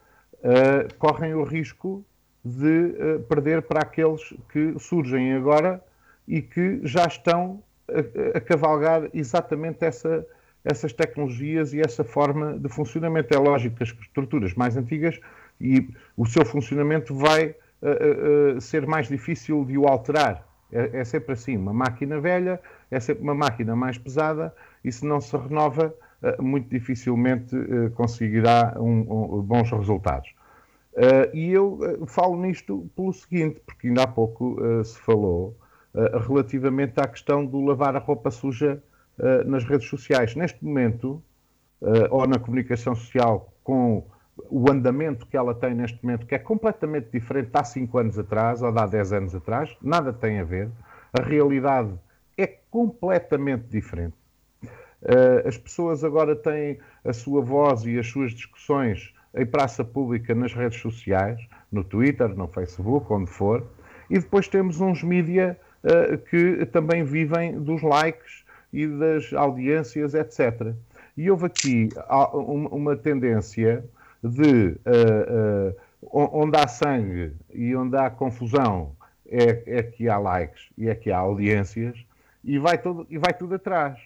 D: uh, correm o risco de uh, perder para aqueles que surgem agora e que já estão a, a cavalgar exatamente essa essas tecnologias e essa forma de funcionamento. É lógico que as estruturas mais antigas e o seu funcionamento vai uh, uh, ser mais difícil de o alterar. É, é sempre assim, uma máquina velha é sempre uma máquina mais pesada e se não se renova, uh, muito dificilmente uh, conseguirá um, um, bons resultados. Uh, e eu uh, falo nisto pelo seguinte, porque ainda há pouco uh, se falou uh, relativamente à questão do lavar a roupa suja Uh, nas redes sociais. Neste momento, uh, ou na comunicação social com o andamento que ela tem neste momento, que é completamente diferente de há cinco anos atrás ou de há dez anos atrás, nada tem a ver. A realidade é completamente diferente. Uh, as pessoas agora têm a sua voz e as suas discussões em praça pública nas redes sociais, no Twitter, no Facebook, onde for, e depois temos uns mídia uh, que também vivem dos likes e das audiências, etcétera. E houve aqui uma tendência de uh, uh, onde há sangue e onde há confusão é, é que há likes e é que há audiências, e vai, todo, e vai tudo atrás.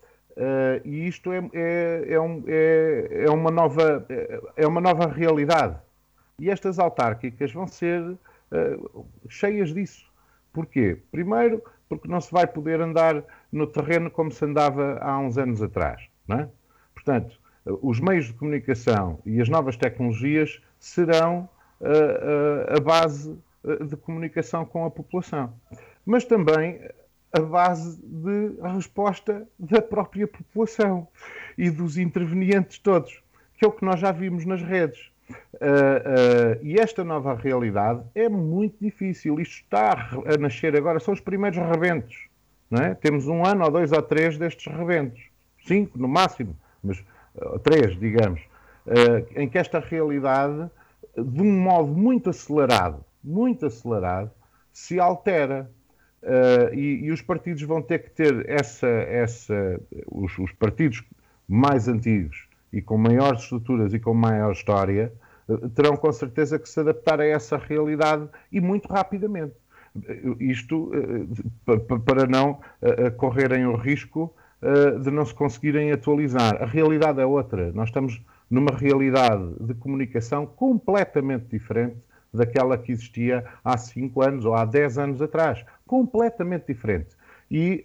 D: Uh, e isto é, é, é, um, é, é, uma nova, é uma nova realidade. E estas autárquicas vão ser uh, cheias disso. Porquê? Primeiro, porque não se vai poder andar no terreno como se andava há uns anos atrás, não é? Portanto, os meios de comunicação e as novas tecnologias serão uh, uh, a base de comunicação com a população. Mas também a base de resposta da própria população e dos intervenientes todos, que é o que nós já vimos nas redes. Uh, uh, e esta nova realidade é muito difícil. Isto está a nascer agora, são os primeiros rebentos, não é? Temos um ano ou dois ou três destes rebentos, cinco no máximo, mas uh, três, digamos, uh, em que esta realidade, de um modo muito acelerado, muito acelerado, se altera. Uh, e, e os partidos vão ter que ter essa, essa os, os partidos mais antigos e com maiores estruturas e com maior história uh, terão com certeza que se adaptar a essa realidade e muito rapidamente. Uh, isto uh, para não uh, correrem o risco uh, de não se conseguirem atualizar. A realidade é outra. Nós estamos numa realidade de comunicação completamente diferente daquela que existia há cinco anos ou há dez anos atrás. Completamente diferente. E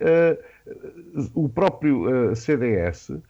D: uh, o próprio uh, C D S, uh,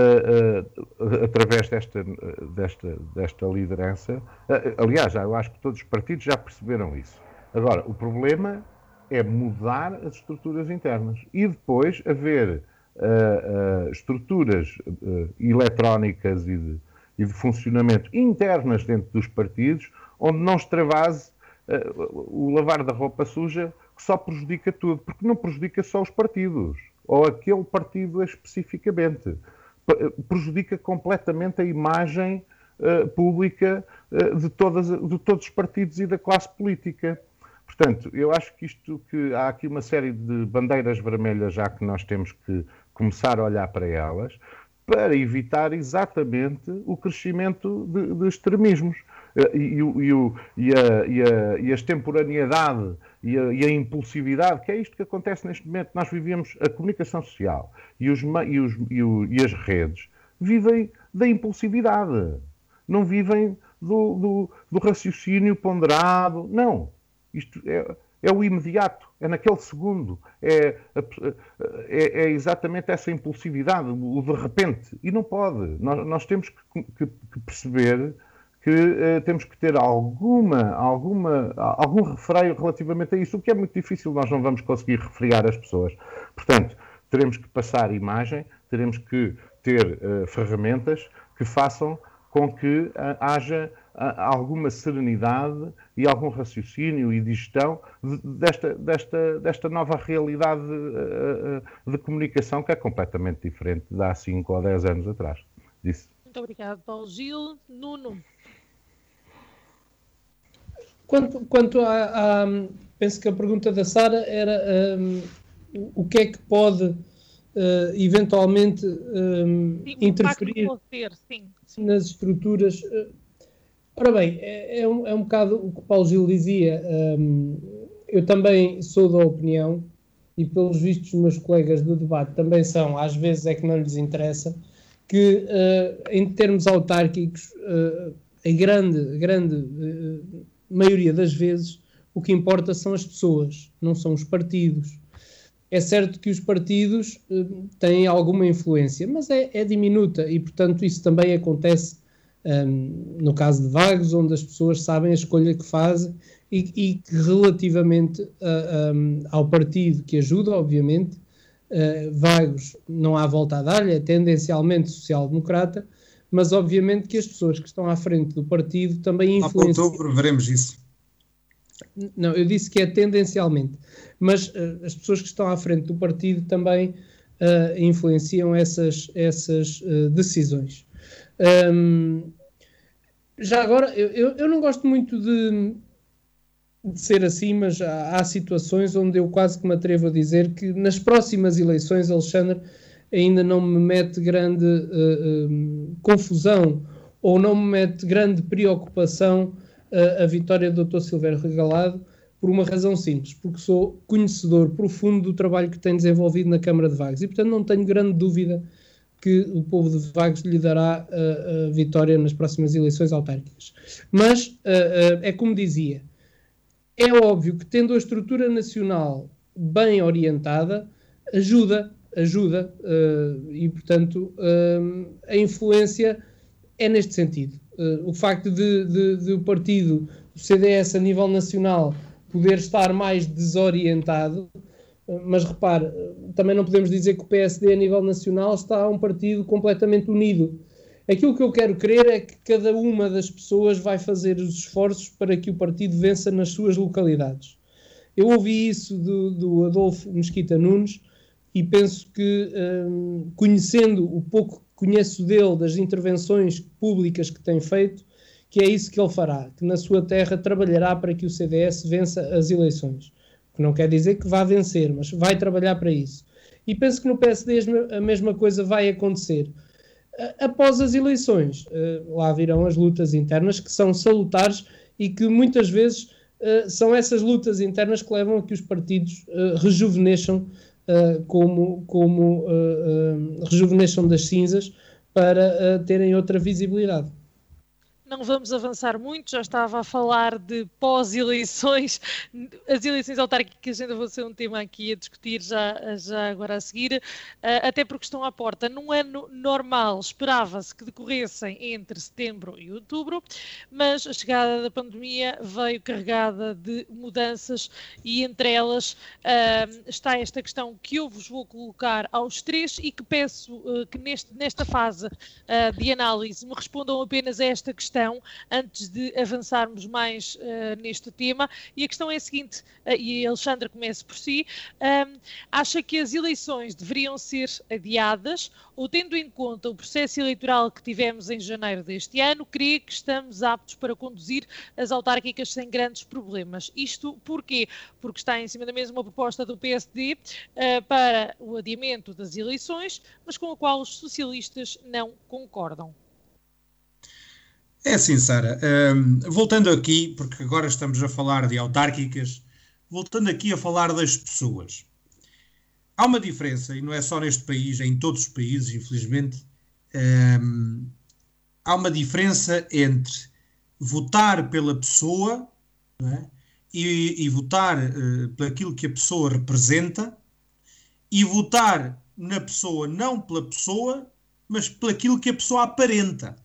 D: uh, através desta, desta, desta liderança, uh, aliás, já, eu acho que todos os partidos já perceberam isso. Agora, o problema é mudar as estruturas internas e depois haver uh, uh, estruturas uh, eletrónicas e de, e de funcionamento internas dentro dos partidos, onde não extravase uh, o lavar da roupa suja, que só prejudica tudo, porque não prejudica só os partidos, ou aquele partido especificamente. Prejudica completamente a imagem uh, pública uh, de, todas, de todos os partidos e da classe política. Portanto, eu acho que isto, que há aqui uma série de bandeiras vermelhas já que nós temos que começar a olhar para elas, para evitar exatamente o crescimento de, de extremismos. E, e, e, a, e, a, e a extemporaneidade e a, e a impulsividade, que é isto que acontece neste momento. Nós vivíamos a comunicação social e, os, e, os, e, o, e as redes vivem da impulsividade, não vivem do, do, do raciocínio ponderado. Não, isto é, é o imediato, é naquele segundo, é, é, é exatamente essa impulsividade, o de repente, e não pode. Nós, nós temos que, que, que perceber que uh, temos que ter alguma, alguma, algum refreio relativamente a isso, o que é muito difícil, nós não vamos conseguir refrear as pessoas. Portanto, teremos que passar imagem, teremos que ter uh, ferramentas que façam com que uh, haja uh, alguma serenidade e algum raciocínio e digestão de, desta, desta, desta nova realidade uh, uh, de comunicação que é completamente diferente de há cinco ou dez anos atrás. Disse.
B: Muito obrigado, Paulo Gil. Nuno.
E: Quanto, quanto a, a... Penso que a pergunta da Sara era um, o que é que pode uh, eventualmente um, sim, interferir
B: ter, sim, sim.
E: nas estruturas. Ora bem, é, é, um, é um bocado o que o Paulo Gil dizia. Um, eu também sou da opinião, e pelos vistos os meus colegas de debate também são, às vezes é que não lhes interessa, que uh, em termos autárquicos, uh, a grande, grande uh, maioria das vezes, o que importa são as pessoas, não são os partidos. É certo que os partidos uh, têm alguma influência, mas é, é diminuta e, portanto, isso também acontece um, no caso de Vagos, onde as pessoas sabem a escolha que fazem e, e que relativamente uh, um, ao partido que ajuda, obviamente, Uh, Vagos não há volta a dar-lhe, é tendencialmente social-democrata, mas obviamente que as pessoas que estão à frente do partido também influenciam...
C: Outubro veremos isso.
E: Não, eu disse que é tendencialmente, mas uh, as pessoas que estão à frente do partido também uh, influenciam essas, essas uh, decisões. Um, já agora, eu, eu, eu não gosto muito de, de ser assim, mas há, há situações onde eu quase que me atrevo a dizer que nas próximas eleições, Alexandre, ainda não me mete grande uh, um, confusão ou não me mete grande preocupação uh, a vitória do doutor Silvério Regalado, por uma razão simples, porque sou conhecedor profundo do trabalho que tem desenvolvido na Câmara de Vagos e, portanto, não tenho grande dúvida que o povo de Vagos lhe dará uh, a vitória nas próximas eleições autárquicas. Mas, uh, uh, é como dizia, é óbvio que tendo a estrutura nacional bem orientada, ajuda, ajuda, uh, e, portanto, uh, a influência é neste sentido. Uh, o facto de, de, de o partido, o C D S, a nível nacional, poder estar mais desorientado, mas repare, também não podemos dizer que o P S D a nível nacional está um partido completamente unido. Aquilo que eu quero crer é que cada uma das pessoas vai fazer os esforços para que o partido vença nas suas localidades. Eu ouvi isso do, do Adolfo Mesquita Nunes e penso que, hum, conhecendo o pouco que conheço dele, das intervenções públicas que tem feito, que é isso que ele fará, que na sua terra trabalhará para que o C D S vença as eleições. Que não quer dizer que vá vencer, mas vai trabalhar para isso. E penso que no P S D a mesma coisa vai acontecer. Após as eleições, lá virão as lutas internas, que são salutares e que muitas vezes são essas lutas internas que levam a que os partidos rejuvenesçam, como, como rejuvenesçam das cinzas, para terem outra visibilidade.
B: Não vamos avançar muito, já estava a falar de pós-eleições, as eleições autárquicas ainda vão ser um tema aqui a discutir já, já agora a seguir, até porque estão à porta. Num ano normal esperava-se que decorressem entre setembro e outubro, mas a chegada da pandemia veio carregada de mudanças e entre elas uh, está esta questão que eu vos vou colocar aos três e que peço uh, que neste, nesta fase uh, de análise me respondam apenas a esta questão antes de avançarmos mais uh, neste tema, e a questão é a seguinte, uh, e a Alexandra comece por si, um, acha que as eleições deveriam ser adiadas ou, tendo em conta o processo eleitoral que tivemos em janeiro deste ano, crê que estamos aptos para conduzir as autárquicas sem grandes problemas? Isto porquê? Porque está em cima da mesa uma proposta do P S D uh, para o adiamento das eleições, mas com a qual os socialistas não concordam.
C: É assim, Sara, um, voltando aqui, porque agora estamos a falar de autárquicas, voltando aqui a falar das pessoas. Há uma diferença, e não é só neste país, é em todos os países, infelizmente, um, há uma diferença entre votar pela pessoa, não é? e, e votar uh, pelaquilo que a pessoa representa, e votar na pessoa não pela pessoa, mas pelaquilo que a pessoa aparenta.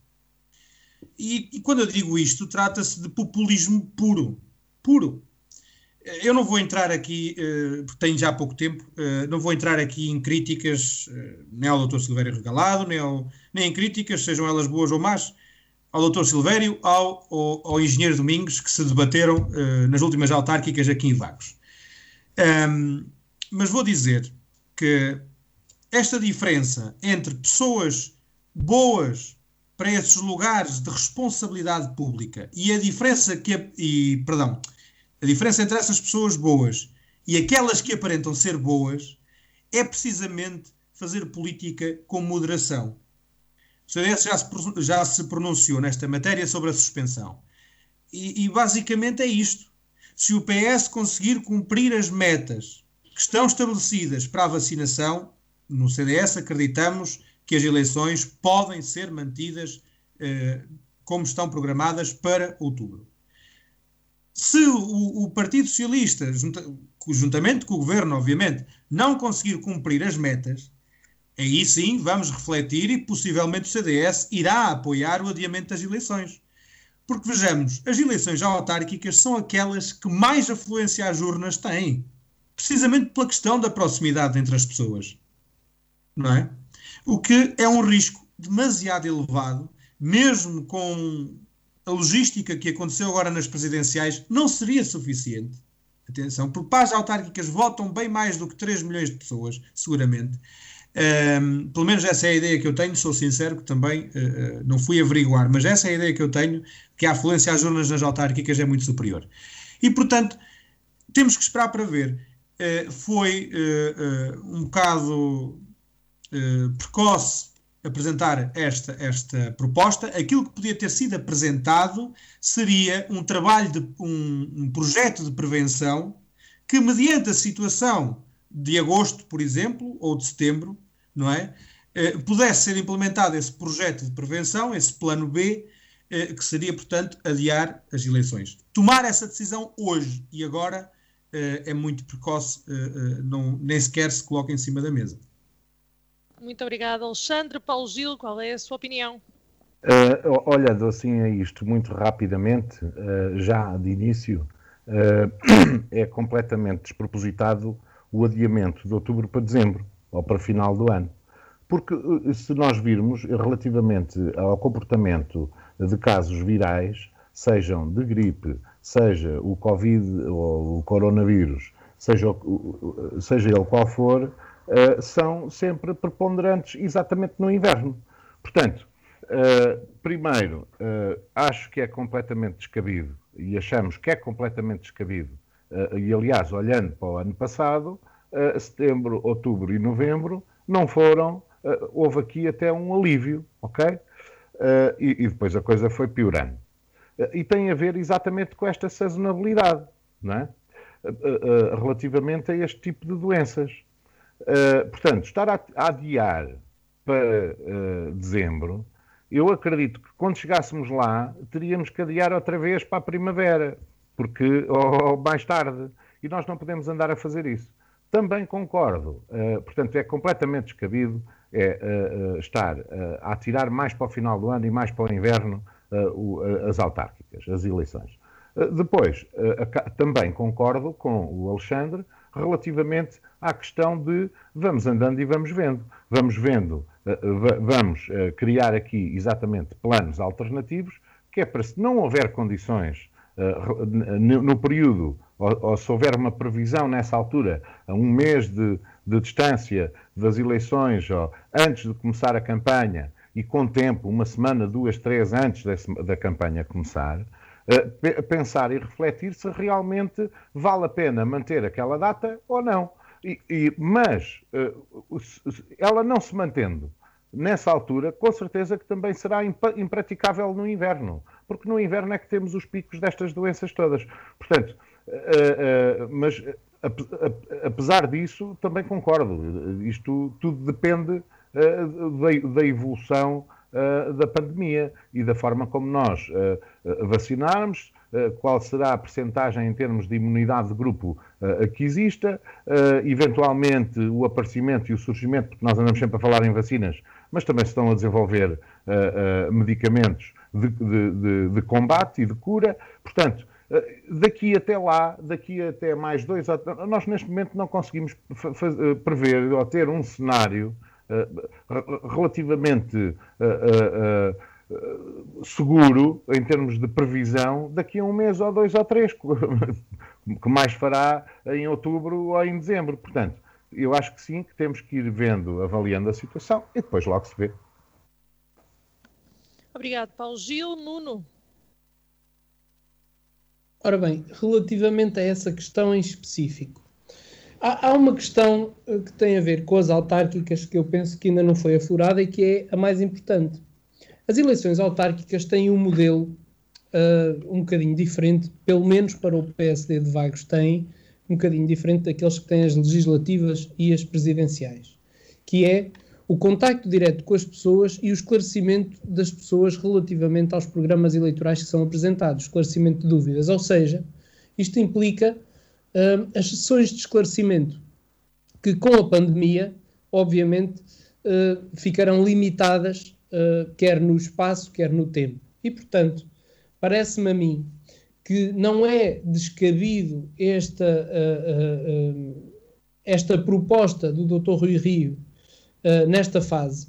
C: E, e quando eu digo isto, trata-se de populismo puro. Puro. Eu não vou entrar aqui, uh, porque tenho já pouco tempo, uh, não vou entrar aqui em críticas, uh, nem ao doutor Silvério Regalado, nem, ao, nem em críticas, sejam elas boas ou más, ao doutor Silvério, ao, ao, ao engenheiro Domingos, que se debateram uh, nas últimas autárquicas aqui em Vagos. Um, mas vou dizer que esta diferença entre pessoas boas para esses lugares de responsabilidade pública e a diferença que a, e, perdão, a diferença entre essas pessoas boas e aquelas que aparentam ser boas é precisamente fazer política com moderação. O C D S já se, já se pronunciou nesta matéria sobre a suspensão. E, e basicamente é isto. Se o P S conseguir cumprir as metas que estão estabelecidas para a vacinação, no C D S acreditamos que as eleições podem ser mantidas eh, como estão programadas para outubro. Se o, o Partido Socialista, junta, juntamente com o Governo, obviamente, não conseguir cumprir as metas, aí sim vamos refletir e possivelmente o C D S irá apoiar o adiamento das eleições. Porque vejamos, as eleições autárquicas são aquelas que mais afluência às urnas têm, precisamente pela questão da proximidade entre as pessoas. Não é? O que é um risco demasiado elevado mesmo com a logística que aconteceu agora nas presidenciais, não seria suficiente. Atenção, porque para as autárquicas votam bem mais do que três milhões de pessoas, seguramente. Um, pelo menos essa é a ideia que eu tenho, sou sincero, que também uh, não fui averiguar, mas essa é a ideia que eu tenho, que a afluência às urnas nas autárquicas é muito superior. E, portanto, temos que esperar para ver. Uh, foi uh, uh, um bocado uh, precoce apresentar esta, esta proposta. Aquilo que podia ter sido apresentado seria um trabalho, de, um, um projeto de prevenção que, mediante a situação de agosto, por exemplo, ou de setembro, não é? Eh, pudesse ser implementado esse projeto de prevenção, esse plano B, eh, que seria, portanto, adiar as eleições. Tomar essa decisão hoje e agora eh, é muito precoce, eh, eh, não, nem sequer se coloca em cima da mesa.
B: Muito obrigada, Alexandre. Paulo Gil, qual é a sua opinião?
D: Uh, olhando assim a isto muito rapidamente, uh, já de início, uh, é completamente despropositado o adiamento de outubro para dezembro, ou para final do ano. Porque se nós virmos relativamente ao comportamento de casos virais, sejam de gripe, seja o Covid ou o coronavírus, seja, seja ele qual for, são sempre preponderantes exatamente no inverno. Portanto, primeiro, acho que é completamente descabido, e achamos que é completamente descabido, Uh, e aliás, olhando para o ano passado, uh, setembro, outubro e novembro, não foram, uh, houve aqui até um alívio, ok? Uh, e, e depois a coisa foi piorando. Uh, e tem a ver exatamente com esta sazonabilidade, não é? Uh, uh, relativamente a este tipo de doenças. Uh, portanto, estar a, a adiar para uh, dezembro, eu acredito que quando chegássemos lá, teríamos que adiar outra vez para a primavera, porque, ou, ou mais tarde, e nós não podemos andar a fazer isso. Também concordo, uh, portanto é completamente descabido é, uh, uh, estar uh, a atirar mais para o final do ano e mais para o inverno uh, o, uh, as autárquicas, as eleições. Uh, depois, uh, também concordo com o Alexandre relativamente à questão de vamos andando e vamos vendo. Vamos vendo, uh, vamos uh, criar aqui exatamente planos alternativos, que é para se não houver condições Uh, no, no período, ou, ou se houver uma previsão nessa altura, a um mês de, de distância das eleições, ou antes de começar a campanha, e com tempo, uma semana, duas, três antes desse, da campanha começar, uh, pensar e refletir se realmente vale a pena manter aquela data ou não. E, e, mas, uh, ela não se mantendo nessa altura, com certeza que também será imp- impraticável no inverno, porque no inverno é que temos os picos destas doenças todas. Portanto, uh, uh, mas uh, apesar disso, também concordo. Isto tudo depende uh, da, da evolução uh, da pandemia e da forma como nós uh, vacinarmos, uh, qual será a percentagem em termos de imunidade de grupo uh, que exista, uh, eventualmente o aparecimento e o surgimento, porque nós andamos sempre a falar em vacinas, mas também se estão a desenvolver uh, uh, medicamentos de, de, de, de combate e de cura. Portanto, uh, daqui até lá, daqui até mais dois... Nós neste momento não conseguimos prever ou ter um cenário uh, relativamente uh, uh, uh, seguro, em termos de previsão, daqui a um mês ou dois ou três, que mais fará em outubro ou em dezembro. Portanto, eu acho que sim, que temos que ir vendo, avaliando a situação e depois logo se vê.
B: Obrigado, Paulo Gil. Nuno?
E: Ora bem, relativamente a essa questão em específico, há, há uma questão que tem a ver com as autárquicas que eu penso que ainda não foi aflorada e que é a mais importante. As eleições autárquicas têm um modelo uh, um bocadinho diferente, pelo menos para o P S D de Vagos tem, um bocadinho diferente daqueles que têm as legislativas e as presidenciais, que é o contacto direto com as pessoas e o esclarecimento das pessoas relativamente aos programas eleitorais que são apresentados, esclarecimento de dúvidas, ou seja, isto implica uh, as sessões de esclarecimento, que com a pandemia, obviamente, uh, ficarão limitadas, uh, quer no espaço, quer no tempo. E, portanto, parece-me a mim que não é descabido esta, uh, uh, uh, esta proposta do doutor Rui Rio uh, nesta fase,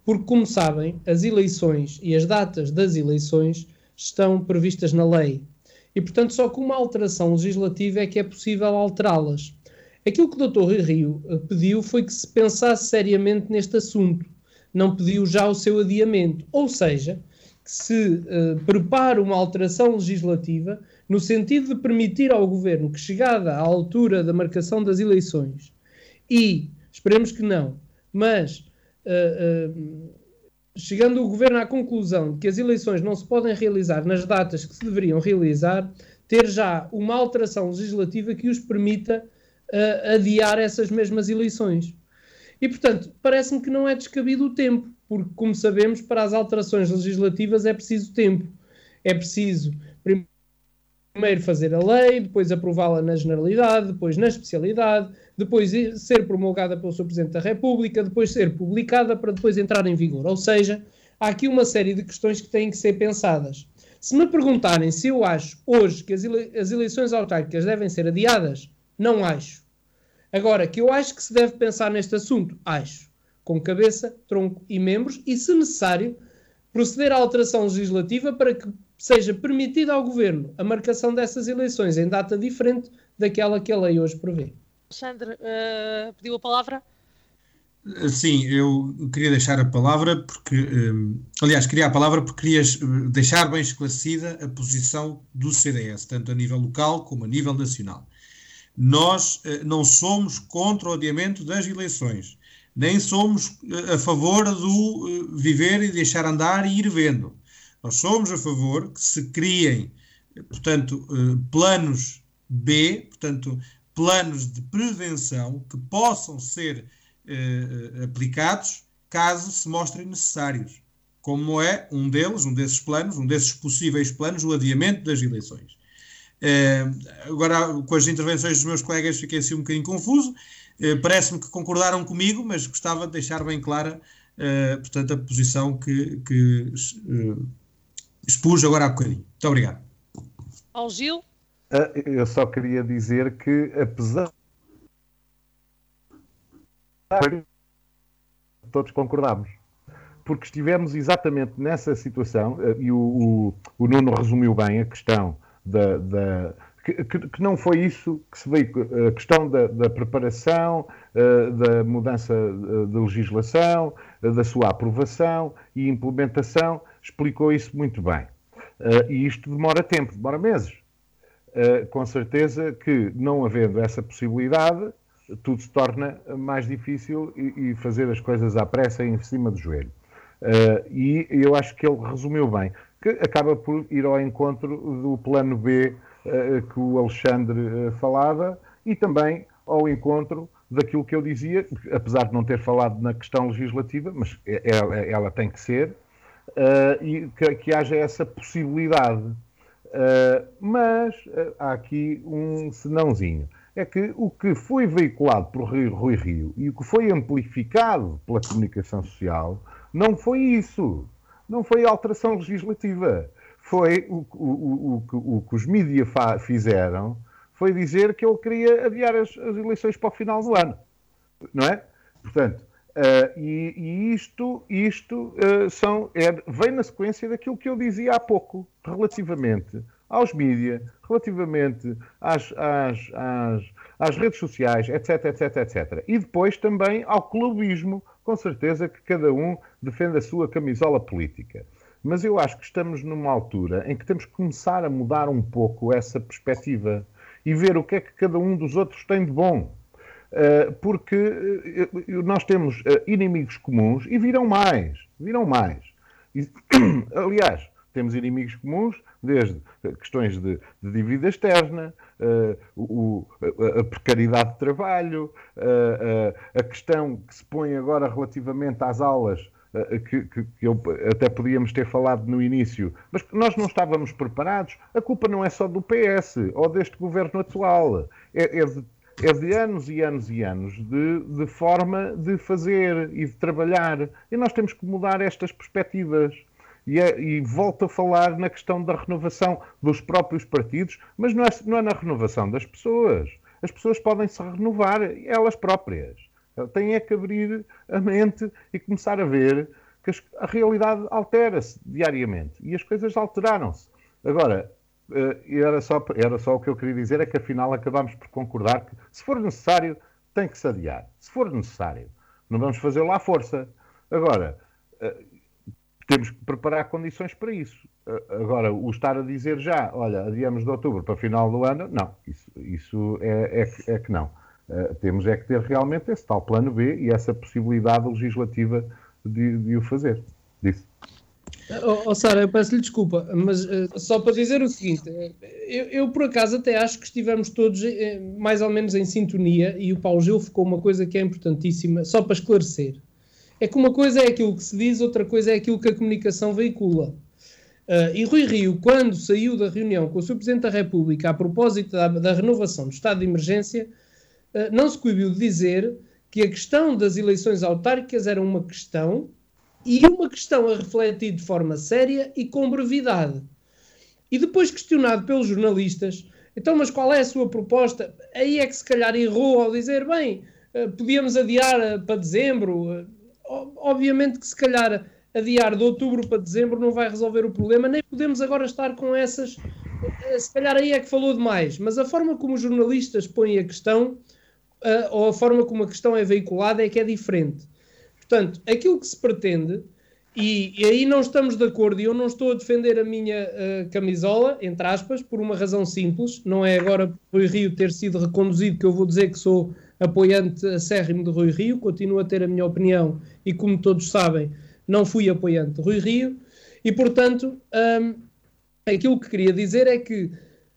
E: Porque, como sabem, as eleições e as datas das eleições estão previstas na lei. E, portanto, só com uma alteração legislativa é que é possível alterá-las. Aquilo que o doutor Rui Rio pediu foi que se pensasse seriamente neste assunto. Não pediu já o seu adiamento. Ou seja, que se uh, prepare uma alteração legislativa no sentido de permitir ao Governo que, chegada à altura da marcação das eleições, e, esperemos que não, mas uh, uh, chegando o Governo à conclusão de que as eleições não se podem realizar nas datas que se deveriam realizar, ter já uma alteração legislativa que os permita uh, adiar essas mesmas eleições. E, portanto, parece-me que não é descabido o tempo, porque, como sabemos, para as alterações legislativas é preciso tempo. É preciso, primeiro, fazer a lei, depois aprová-la na generalidade, depois na especialidade, depois ser promulgada pelo senhor Presidente da República, depois ser publicada para depois entrar em vigor. Ou seja, há aqui uma série de questões que têm que ser pensadas. Se me perguntarem se eu acho hoje que as, ele- as eleições autárquicas devem ser adiadas, não acho. Agora, que eu acho que se deve pensar neste assunto, acho. Com cabeça, tronco e membros, e, se necessário, proceder à alteração legislativa para que seja permitida ao Governo a marcação dessas eleições em data diferente daquela que a lei hoje prevê.
B: Alexandre, uh, pediu a palavra?
C: Sim, eu queria deixar a palavra porque, um, aliás, queria a palavra porque queria deixar bem esclarecida a posição do C D S, tanto a nível local como a nível nacional. Nós uh, não somos contra o adiamento das eleições, nem somos uh, a favor do uh, viver e deixar andar e ir vendo. Nós somos a favor que se criem, portanto, uh, planos B, portanto, planos de prevenção que possam ser uh, aplicados caso se mostrem necessários, como é um deles, um desses planos, um desses possíveis planos, o adiamento das eleições. Uh, agora, com as intervenções dos meus colegas, fiquei assim um bocadinho confuso. Uh, parece-me que concordaram comigo, mas gostava de deixar bem clara, uh, portanto, a posição que, que uh, expus agora há bocadinho. Muito obrigado.
B: Ao Gil?
D: Uh, eu só queria dizer que, apesar de todos concordámos, porque estivemos exatamente nessa situação, uh, e o, o, o Nuno resumiu bem a questão da, da que, que não foi isso que se veio, a questão da, da preparação, uh, da mudança de legislação, uh, da sua aprovação e implementação, explicou isso muito bem. Uh, e isto demora tempo, demora meses. Uh, com certeza que, não havendo essa possibilidade, tudo se torna mais difícil e, e fazer as coisas à pressa e em cima do joelho. Uh, e eu acho que ele resumiu bem, que acaba por ir ao encontro do plano B uh, que o Alexandre uh, falava e também ao encontro daquilo que eu dizia, apesar de não ter falado na questão legislativa, mas ela, ela tem que ser, uh, e que, que haja essa possibilidade. Uh, mas uh, há aqui um senãozinho. É que o que foi veiculado por Rui Rio e o que foi amplificado pela comunicação social não foi isso. Não foi alteração legislativa. Foi o, o, o, o, o que os mídias fizeram, foi dizer que ele queria adiar as, as eleições para o final do ano. Não é? Portanto, uh, e, e isto, isto uh, são, é, vem na sequência daquilo que eu dizia há pouco, relativamente aos mídias, relativamente às, às, às, às redes sociais, etc, etc, etcétera. E depois também ao clubismo, com certeza que cada um defende a sua camisola política. Mas eu acho que estamos numa altura em que temos que começar a mudar um pouco essa perspectiva e ver o que é que cada um dos outros tem de bom. Uh, porque uh, nós temos uh, inimigos comuns e virão mais, virão mais. E, aliás, temos inimigos comuns, desde questões de, de dívida externa, uh, o, a, a precariedade de trabalho, uh, uh, a questão que se põe agora relativamente às aulas, uh, que, que, que eu, até podíamos ter falado no início, mas que nós não estávamos preparados. A culpa não é só do P S ou deste governo atual, é, é, de, é de anos e anos e anos de, de forma de fazer e de trabalhar. E nós temos que mudar estas perspectivas. E, é, e volto a falar na questão da renovação dos próprios partidos, mas não é, não é na renovação das pessoas. As pessoas podem se renovar elas próprias. Têm é que abrir a mente e começar a ver que a realidade altera-se diariamente e as coisas alteraram-se. Agora, era só, era só o que eu queria dizer, é que afinal acabámos por concordar que, se for necessário, tem que se adiar. Se for necessário, não vamos fazê-lo à força. Agora, temos que preparar condições para isso. Agora, o estar a dizer já, olha, adiamos de outubro para final do ano, não, isso, isso é, é, é que não. Uh, temos é que ter realmente esse tal plano B e essa possibilidade legislativa de, de o fazer. Disse.
E: Oh, oh Sara, eu peço-lhe desculpa, mas uh, só para dizer o seguinte, eu, eu por acaso até acho que estivemos todos uh, mais ou menos em sintonia e o Paulo Gil ficou uma coisa que é importantíssima, só para esclarecer. É que uma coisa é aquilo que se diz, outra coisa é aquilo que a comunicação veicula. Uh, e Rui Rio, quando saiu da reunião com o senhor Presidente da República a propósito da, da renovação do estado de emergência, uh, não se coibiu de dizer que a questão das eleições autárquicas era uma questão e uma questão a refletir de forma séria e com brevidade. E depois questionado pelos jornalistas, então, mas qual é a sua proposta? Aí é que se calhar errou ao dizer, bem, uh, podíamos adiar uh, para dezembro. Uh, obviamente que se calhar adiar de outubro para dezembro não vai resolver o problema, nem podemos agora estar com essas, se calhar aí é que falou demais, mas a forma como os jornalistas põem a questão, uh, ou a forma como a questão é veiculada é que é diferente. Portanto, aquilo que se pretende, e, e aí não estamos de acordo, e eu não estou a defender a minha uh, camisola, entre aspas, por uma razão simples, não é agora por Rui Rio ter sido reconduzido que eu vou dizer que sou apoiante acérrimo de Rui Rio, continuo a ter a minha opinião, e como todos sabem, não fui apoiante de Rui Rio, e portanto, um, aquilo que queria dizer é que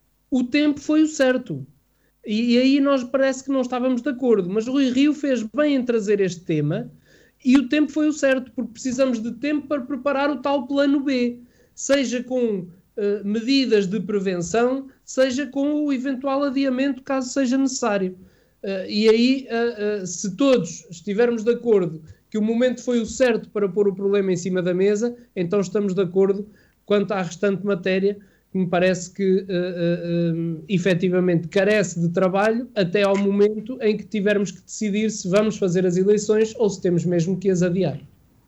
E: o tempo foi o certo, e, e aí nós parece que não estávamos de acordo, mas Rui Rio fez bem em trazer este tema, e o tempo foi o certo, porque precisamos de tempo para preparar o tal plano B, seja com uh, medidas de prevenção, seja com o eventual adiamento, caso seja necessário. Uh, e aí, uh, uh, se todos estivermos de acordo que o momento foi o certo para pôr o problema em cima da mesa, então estamos de acordo quanto à restante matéria, que me parece que uh, uh, um, efetivamente carece de trabalho até ao momento em que tivermos que decidir se vamos fazer as eleições ou se temos mesmo que as adiar.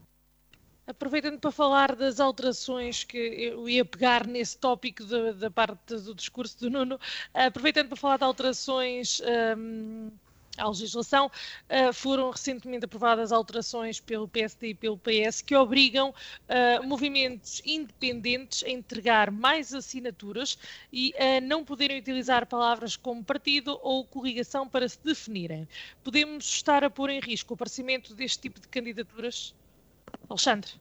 B: Aproveitando para falar das alterações, que eu ia pegar nesse tópico da, da parte do discurso do Nuno, aproveitando para falar de alterações um, à legislação, uh, foram recentemente aprovadas alterações pelo P S D e pelo P S que obrigam uh, movimentos independentes a entregar mais assinaturas e a não poderem utilizar palavras como partido ou coligação para se definirem. Podemos estar a pôr em risco o aparecimento deste tipo de candidaturas? Alexandre.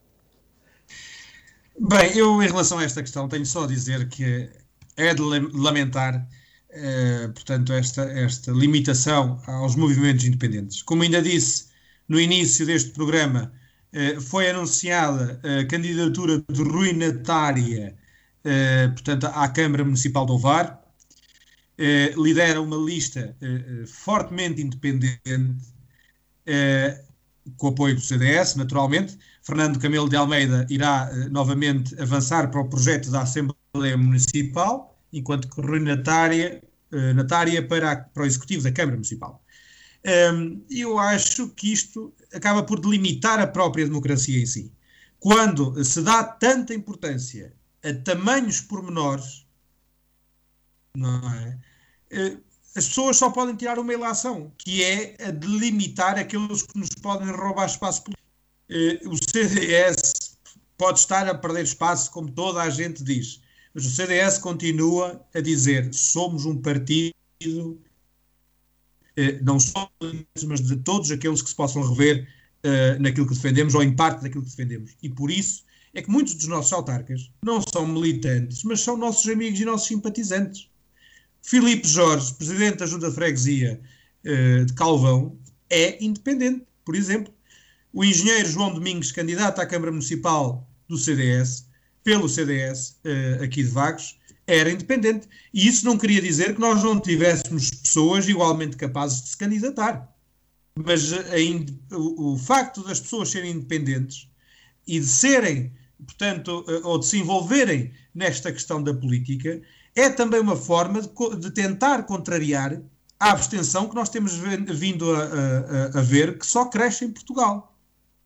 C: Bem, eu em relação a esta questão tenho só a dizer que é de lamentar, eh, portanto, esta, esta limitação aos movimentos independentes. Como ainda disse no início deste programa, eh, foi anunciada a candidatura de Rui Natária, eh, portanto, à Câmara Municipal de Ovar, eh, lidera uma lista eh, fortemente independente, eh, com apoio do C D S, naturalmente. Fernando Camelo de Almeida irá uh, novamente avançar para o projeto da Assembleia Municipal, enquanto que Rui Natária, uh, Natária para, a, para o Executivo da Câmara Municipal. Um, eu acho que isto acaba por delimitar a própria democracia em si. Quando se dá tanta importância a tamanhos pormenores, não é? Uh, as pessoas só podem tirar uma ilação, que é a de limitar aqueles que nos podem roubar espaço político. Uh, o C D S pode estar a perder espaço, como toda a gente diz, mas o C D S continua a dizer: somos um partido, uh, não só mas de todos aqueles que se possam rever uh, naquilo que defendemos, ou em parte daquilo que defendemos. E por isso é que muitos dos nossos autarcas não são militantes, mas são nossos amigos e nossos simpatizantes. Filipe Jorge, presidente da Junta de Freguesia uh, de Calvão, é independente, por exemplo. O engenheiro João Domingos, candidato à Câmara Municipal do C D S, pelo C D S uh, aqui de Vagos, era independente. E isso não queria dizer que nós não tivéssemos pessoas igualmente capazes de se candidatar. Mas uh, a, o, o facto das pessoas serem independentes e de serem, portanto, uh, ou de se envolverem nesta questão da política, é também uma forma de, de tentar contrariar a abstenção que nós temos vindo a, a, a ver, que só cresce em Portugal.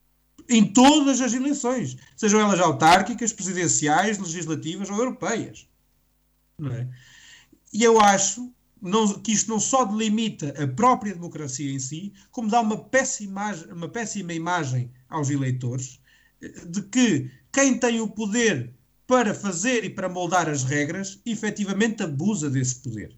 C: em todas as eleições, sejam elas autárquicas, presidenciais, legislativas ou europeias. Não é? E eu acho não, que isto não só delimita a própria democracia em si, como dá uma péssima, uma péssima imagem aos eleitores de que quem tem o poder para fazer e para moldar as regras, efetivamente abusa desse poder.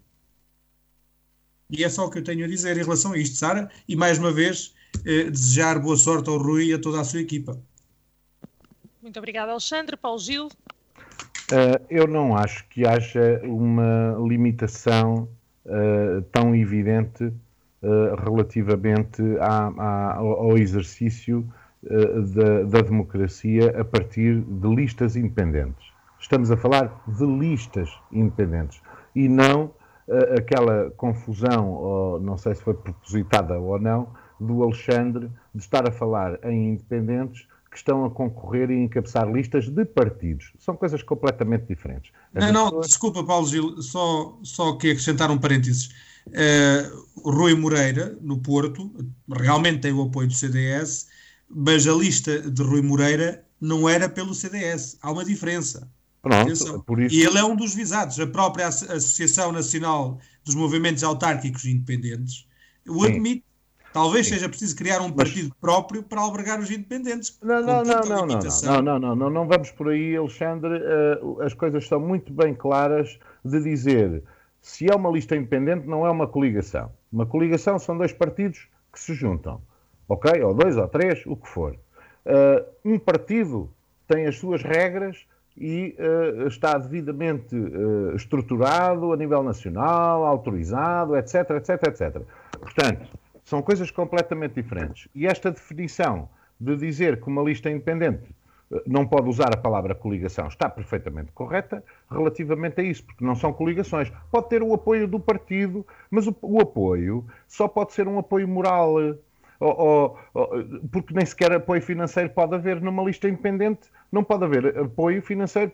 C: E é só o que eu tenho a dizer em relação a isto, Sara, e mais uma vez eh, desejar boa sorte ao Rui e a toda a sua equipa.
B: Muito obrigada, Alexandre. Paulo Gil?
D: Uh, eu não acho que haja uma limitação uh, tão evidente uh, relativamente à, à, ao exercício uh, da, da democracia a partir de listas independentes. Estamos a falar de listas independentes e não uh, aquela confusão, ou não sei se foi propositada ou não, do Alexandre de estar a falar em independentes que estão a concorrer e encabeçar listas de partidos. São coisas completamente diferentes.
C: As não, pessoas... não, desculpa, Paulo Gil, só, só que acrescentar um parênteses. Uh, o Rui Moreira, no Porto, realmente tem o apoio do C D S, mas a lista de Rui Moreira não era pelo C D S. Há uma diferença.
D: Pronto, por isso...
C: E ele é um dos visados. A própria Associação Nacional dos Movimentos Autárquicos Independentes o admite. Talvez Sim. seja preciso criar um partido Mas... próprio para albergar os independentes.
D: Não, não, não, não, não, não, não, não, não, não vamos por aí, Alexandre. Uh, as coisas são muito bem claras de dizer se é uma lista independente, não é uma coligação. Uma coligação são dois partidos que se juntam, ok? Ou dois ou três, o que for. Uh, um partido tem as suas regras e uh, está devidamente uh, estruturado a nível nacional, autorizado, etc, etc, etcétera. Portanto, são coisas completamente diferentes. E esta definição de dizer que uma lista independente não pode usar a palavra coligação está perfeitamente correta relativamente a isso, porque não são coligações. Pode ter o apoio do partido, mas o, o apoio só pode ser um apoio moral, ou, ou, ou, porque nem sequer apoio financeiro pode haver numa lista independente. Não pode haver apoio financeiro.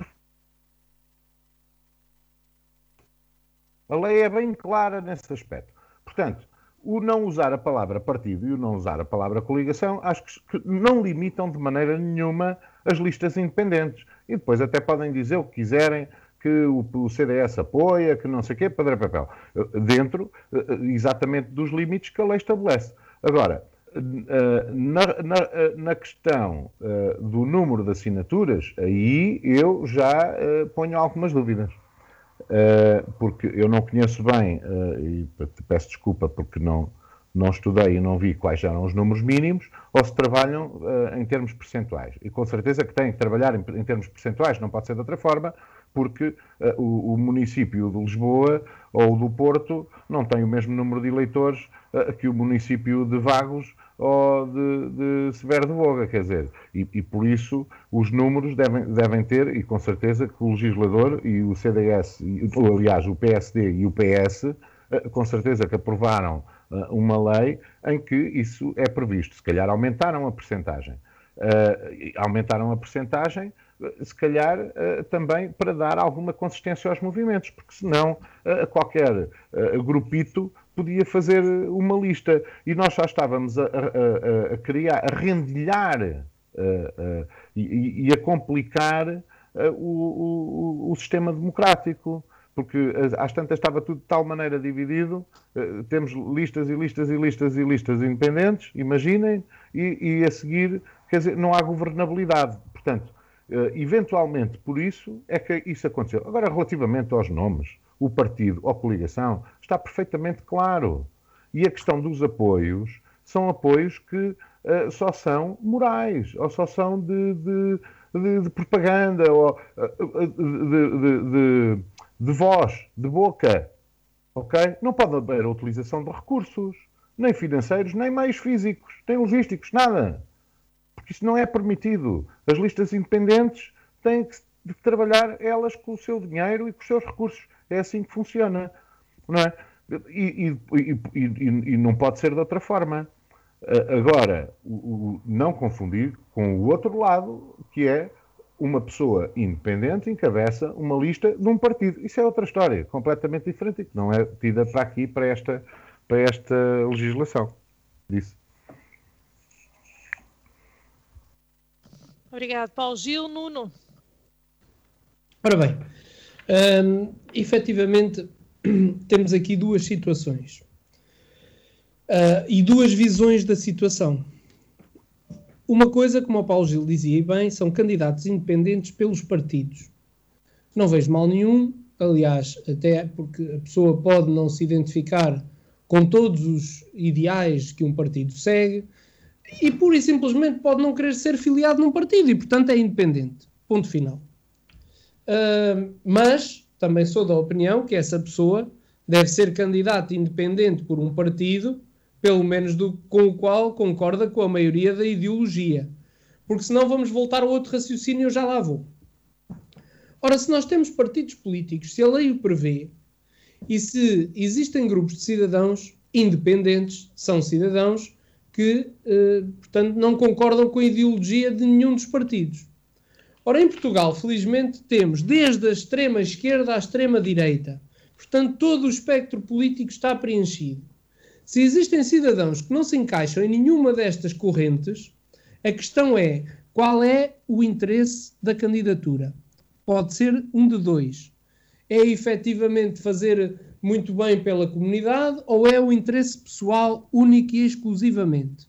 D: A lei é bem clara nesse aspecto. Portanto, o não usar a palavra partido e o não usar a palavra coligação, acho que não limitam de maneira nenhuma as listas independentes. E depois até podem dizer o que quiserem, que o C D S apoia, que não sei o quê, padrão papel. Dentro, exatamente, dos limites que a lei estabelece. Agora, na, na, na questão do número de assinaturas, aí eu já ponho algumas dúvidas. Uh, porque eu não conheço bem, uh, e te peço desculpa porque não, não estudei e não vi quais eram os números mínimos, ou se trabalham uh, em termos percentuais. E com certeza que têm que trabalhar em, em termos percentuais, não pode ser de outra forma, porque uh, o, o município de Lisboa ou do Porto não tem o mesmo número de eleitores uh, que o município de Vagos ou de, de Severo de Voga, quer dizer, e, e por isso os números devem, devem ter, e com certeza que o legislador e o C D S, e, ou, aliás o P S D e o P S, com certeza que aprovaram uma lei em que isso é previsto. Se calhar aumentaram a percentagem. Uh, aumentaram a percentagem, se calhar uh, também para dar alguma consistência aos movimentos, porque senão uh, qualquer uh, grupito podia fazer uma lista e nós já estávamos a, a, a criar, a rendilhar uh, uh, e, e a complicar uh, o, o, o sistema democrático, porque às tantas estava tudo de tal maneira dividido, uh, temos listas e listas e listas e listas independentes, imaginem, e, e a seguir, quer dizer, não há governabilidade. Portanto, uh, eventualmente por isso é que isso aconteceu. Agora, relativamente aos nomes, o partido ou coligação, está perfeitamente claro. E a questão dos apoios, são apoios que uh, só são morais, ou só são de, de, de, de propaganda, ou uh, de, de, de, de voz, de boca. Okay? Não pode haver a utilização de recursos, nem financeiros, nem meios físicos, nem logísticos, nada. Porque isso não é permitido. As listas independentes têm que de trabalhar elas com o seu dinheiro e com os seus recursos. É assim que funciona, não é? E, e, e, e, e não pode ser de outra forma. Agora, o, o, não confundir com o outro lado, que é uma pessoa independente encabeça uma lista de um partido. Isso é outra história, completamente diferente, e que não é tida para aqui, para esta, para esta legislação. Disse.
B: Obrigado, Paulo Gil. Nuno?
E: Ora bem, hum, efetivamente temos aqui duas situações uh, e duas visões da situação. Uma coisa, como o Paulo Gil dizia e bem, são candidatos independentes pelos partidos. Não vejo mal nenhum, aliás, até porque a pessoa pode não se identificar com todos os ideais que um partido segue e pura e simplesmente pode não querer ser filiado num partido e, portanto, é independente. Ponto final. Uh, mas também sou da opinião que essa pessoa deve ser candidata independente por um partido, pelo menos do, com o qual concorda com a maioria da ideologia. Porque senão vamos voltar a outro raciocínio e eu já lá vou. Ora, se nós temos partidos políticos, se a lei o prevê, e se existem grupos de cidadãos independentes, são cidadãos que, uh, portanto, não concordam com a ideologia de nenhum dos partidos. Ora, em Portugal, felizmente, temos desde a extrema-esquerda à extrema-direita. Portanto, todo o espectro político está preenchido. Se existem cidadãos que não se encaixam em nenhuma destas correntes, a questão é qual é o interesse da candidatura. Pode ser um de dois. É efetivamente fazer muito bem pela comunidade ou é o interesse pessoal único e exclusivamente?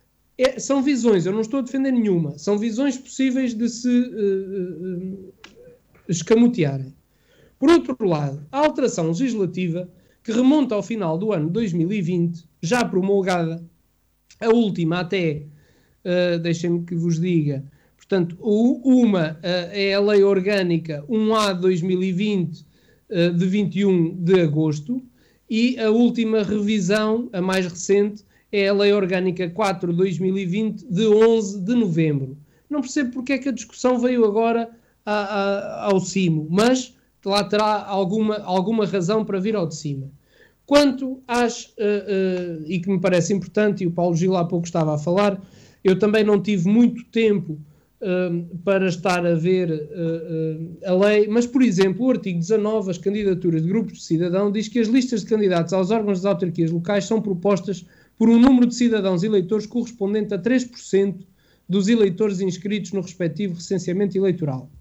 E: É, são visões, eu não estou a defender nenhuma, são visões possíveis de se uh, uh, escamotearem. Por outro lado, a alteração legislativa, que remonta ao final do ano dois mil e vinte, já promulgada, a última até, uh, deixem-me que vos diga, portanto, uma uh, é a Lei Orgânica um A de dois mil e vinte, uh, de vinte e um de agosto, e a última revisão, a mais recente, é a Lei Orgânica quatro de dois mil e vinte, de onze de novembro. Não percebo porque é que a discussão veio agora a, a, ao cimo, mas lá terá alguma, alguma razão para vir ao de cima. Quanto às, uh, uh, e que me parece importante, e o Paulo Gil há pouco estava a falar, eu também não tive muito tempo uh, para estar a ver uh, uh, a lei, mas, por exemplo, o artigo dezanove, as candidaturas de grupos de cidadão, diz que as listas de candidatos aos órgãos das autarquias locais são propostas por um número de cidadãos eleitores correspondente a três por cento dos eleitores inscritos no respectivo recenseamento eleitoral.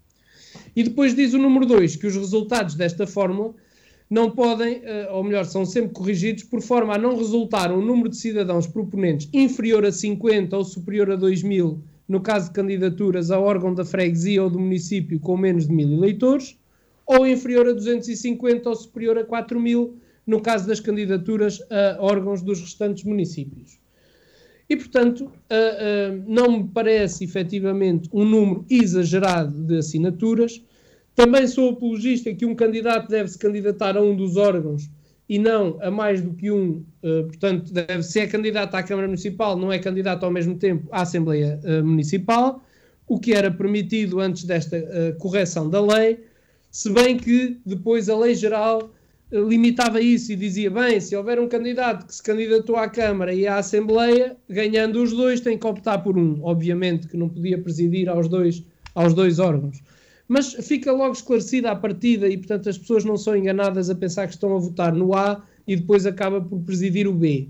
E: E depois diz o número dois, que os resultados desta fórmula não podem, ou melhor, são sempre corrigidos por forma a não resultar um número de cidadãos proponentes inferior a cinquenta ou superior a dois mil, no caso de candidaturas a órgão da freguesia ou do município com menos de mil eleitores, ou inferior a duzentos e cinquenta ou superior a quatro mil, no caso das candidaturas a órgãos dos restantes municípios. E, portanto, uh, uh, não me parece, efetivamente, um número exagerado de assinaturas. Também sou apologista que um candidato deve se candidatar a um dos órgãos e não a mais do que um. Uh, portanto, deve, se é candidato à Câmara Municipal, não é candidato ao mesmo tempo à Assembleia uh, Municipal, o que era permitido antes desta uh, correção da lei, se bem que depois a Lei Geral limitava isso e dizia, bem, se houver um candidato que se candidatou à Câmara e à Assembleia, ganhando os dois, tem que optar por um. Obviamente que não podia presidir aos dois, aos dois órgãos. Mas fica logo esclarecida a partida e, portanto, as pessoas não são enganadas a pensar que estão a votar no A e depois acaba por presidir o B.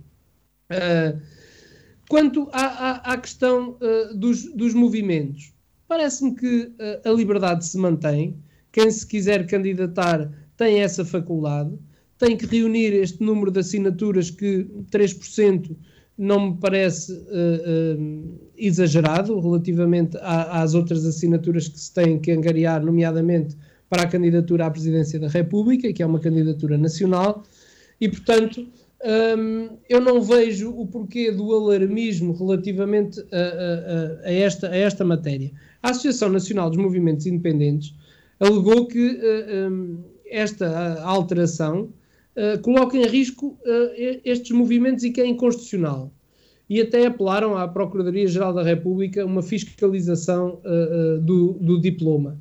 E: Uh, quanto à, à, à questão uh, dos, dos movimentos, parece-me que uh, a liberdade se mantém. Quem se quiser candidatar tem essa faculdade, tem que reunir este número de assinaturas que três por cento não me parece uh, uh, exagerado relativamente a, às outras assinaturas que se têm que angariar, nomeadamente para a candidatura à presidência da República, que é uma candidatura nacional, e, portanto, um, eu não vejo o porquê do alarmismo relativamente a, a, a, esta, a esta matéria. A Associação Nacional dos Movimentos Independentes alegou que uh, um, esta alteração uh, coloca em risco uh, estes movimentos e que é inconstitucional. E até apelaram à Procuradoria-Geral da República uma fiscalização uh, uh, do, do diploma.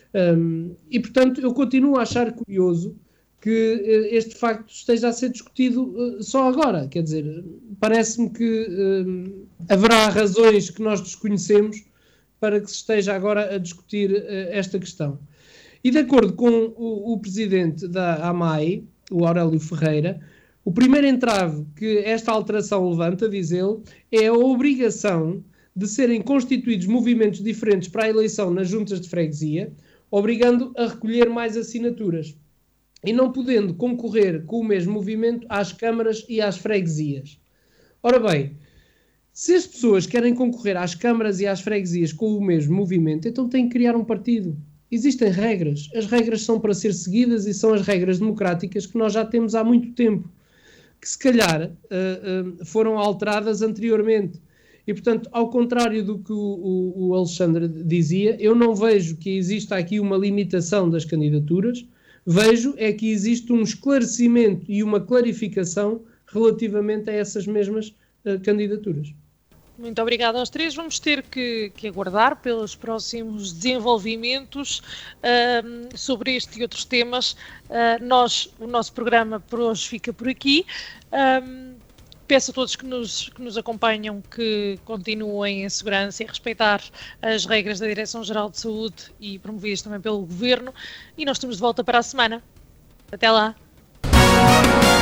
E: Um, e, portanto, eu continuo a achar curioso que uh, este facto esteja a ser discutido uh, só agora. Quer dizer, parece-me que uh, haverá razões que nós desconhecemos para que se esteja agora a discutir uh, esta questão. E de acordo com o, o presidente da AMAI, o Aurélio Ferreira, o primeiro entrave que esta alteração levanta, diz ele, é a obrigação de serem constituídos movimentos diferentes para a eleição nas juntas de freguesia, obrigando a recolher mais assinaturas e não podendo concorrer com o mesmo movimento às câmaras e às freguesias. Ora bem, se as pessoas querem concorrer às câmaras e às freguesias com o mesmo movimento, então têm que criar um partido. Existem regras. As regras são para ser seguidas e são as regras democráticas que nós já temos há muito tempo, que se calhar uh, uh, foram alteradas anteriormente. E, portanto, ao contrário do que o, o, o Alexandre dizia, eu não vejo que exista aqui uma limitação das candidaturas, vejo é que existe um esclarecimento e uma clarificação relativamente a essas mesmas uh, candidaturas.
B: Muito obrigada aos três. Vamos ter que, que aguardar pelos próximos desenvolvimentos uh, sobre este e outros temas. Uh, nós, o nosso programa por hoje fica por aqui. Uh, peço a todos que nos, que nos acompanham que continuem em segurança e a respeitar as regras da Direção-Geral de Saúde e promovidas também pelo Governo. E nós estamos de volta para a semana. Até lá!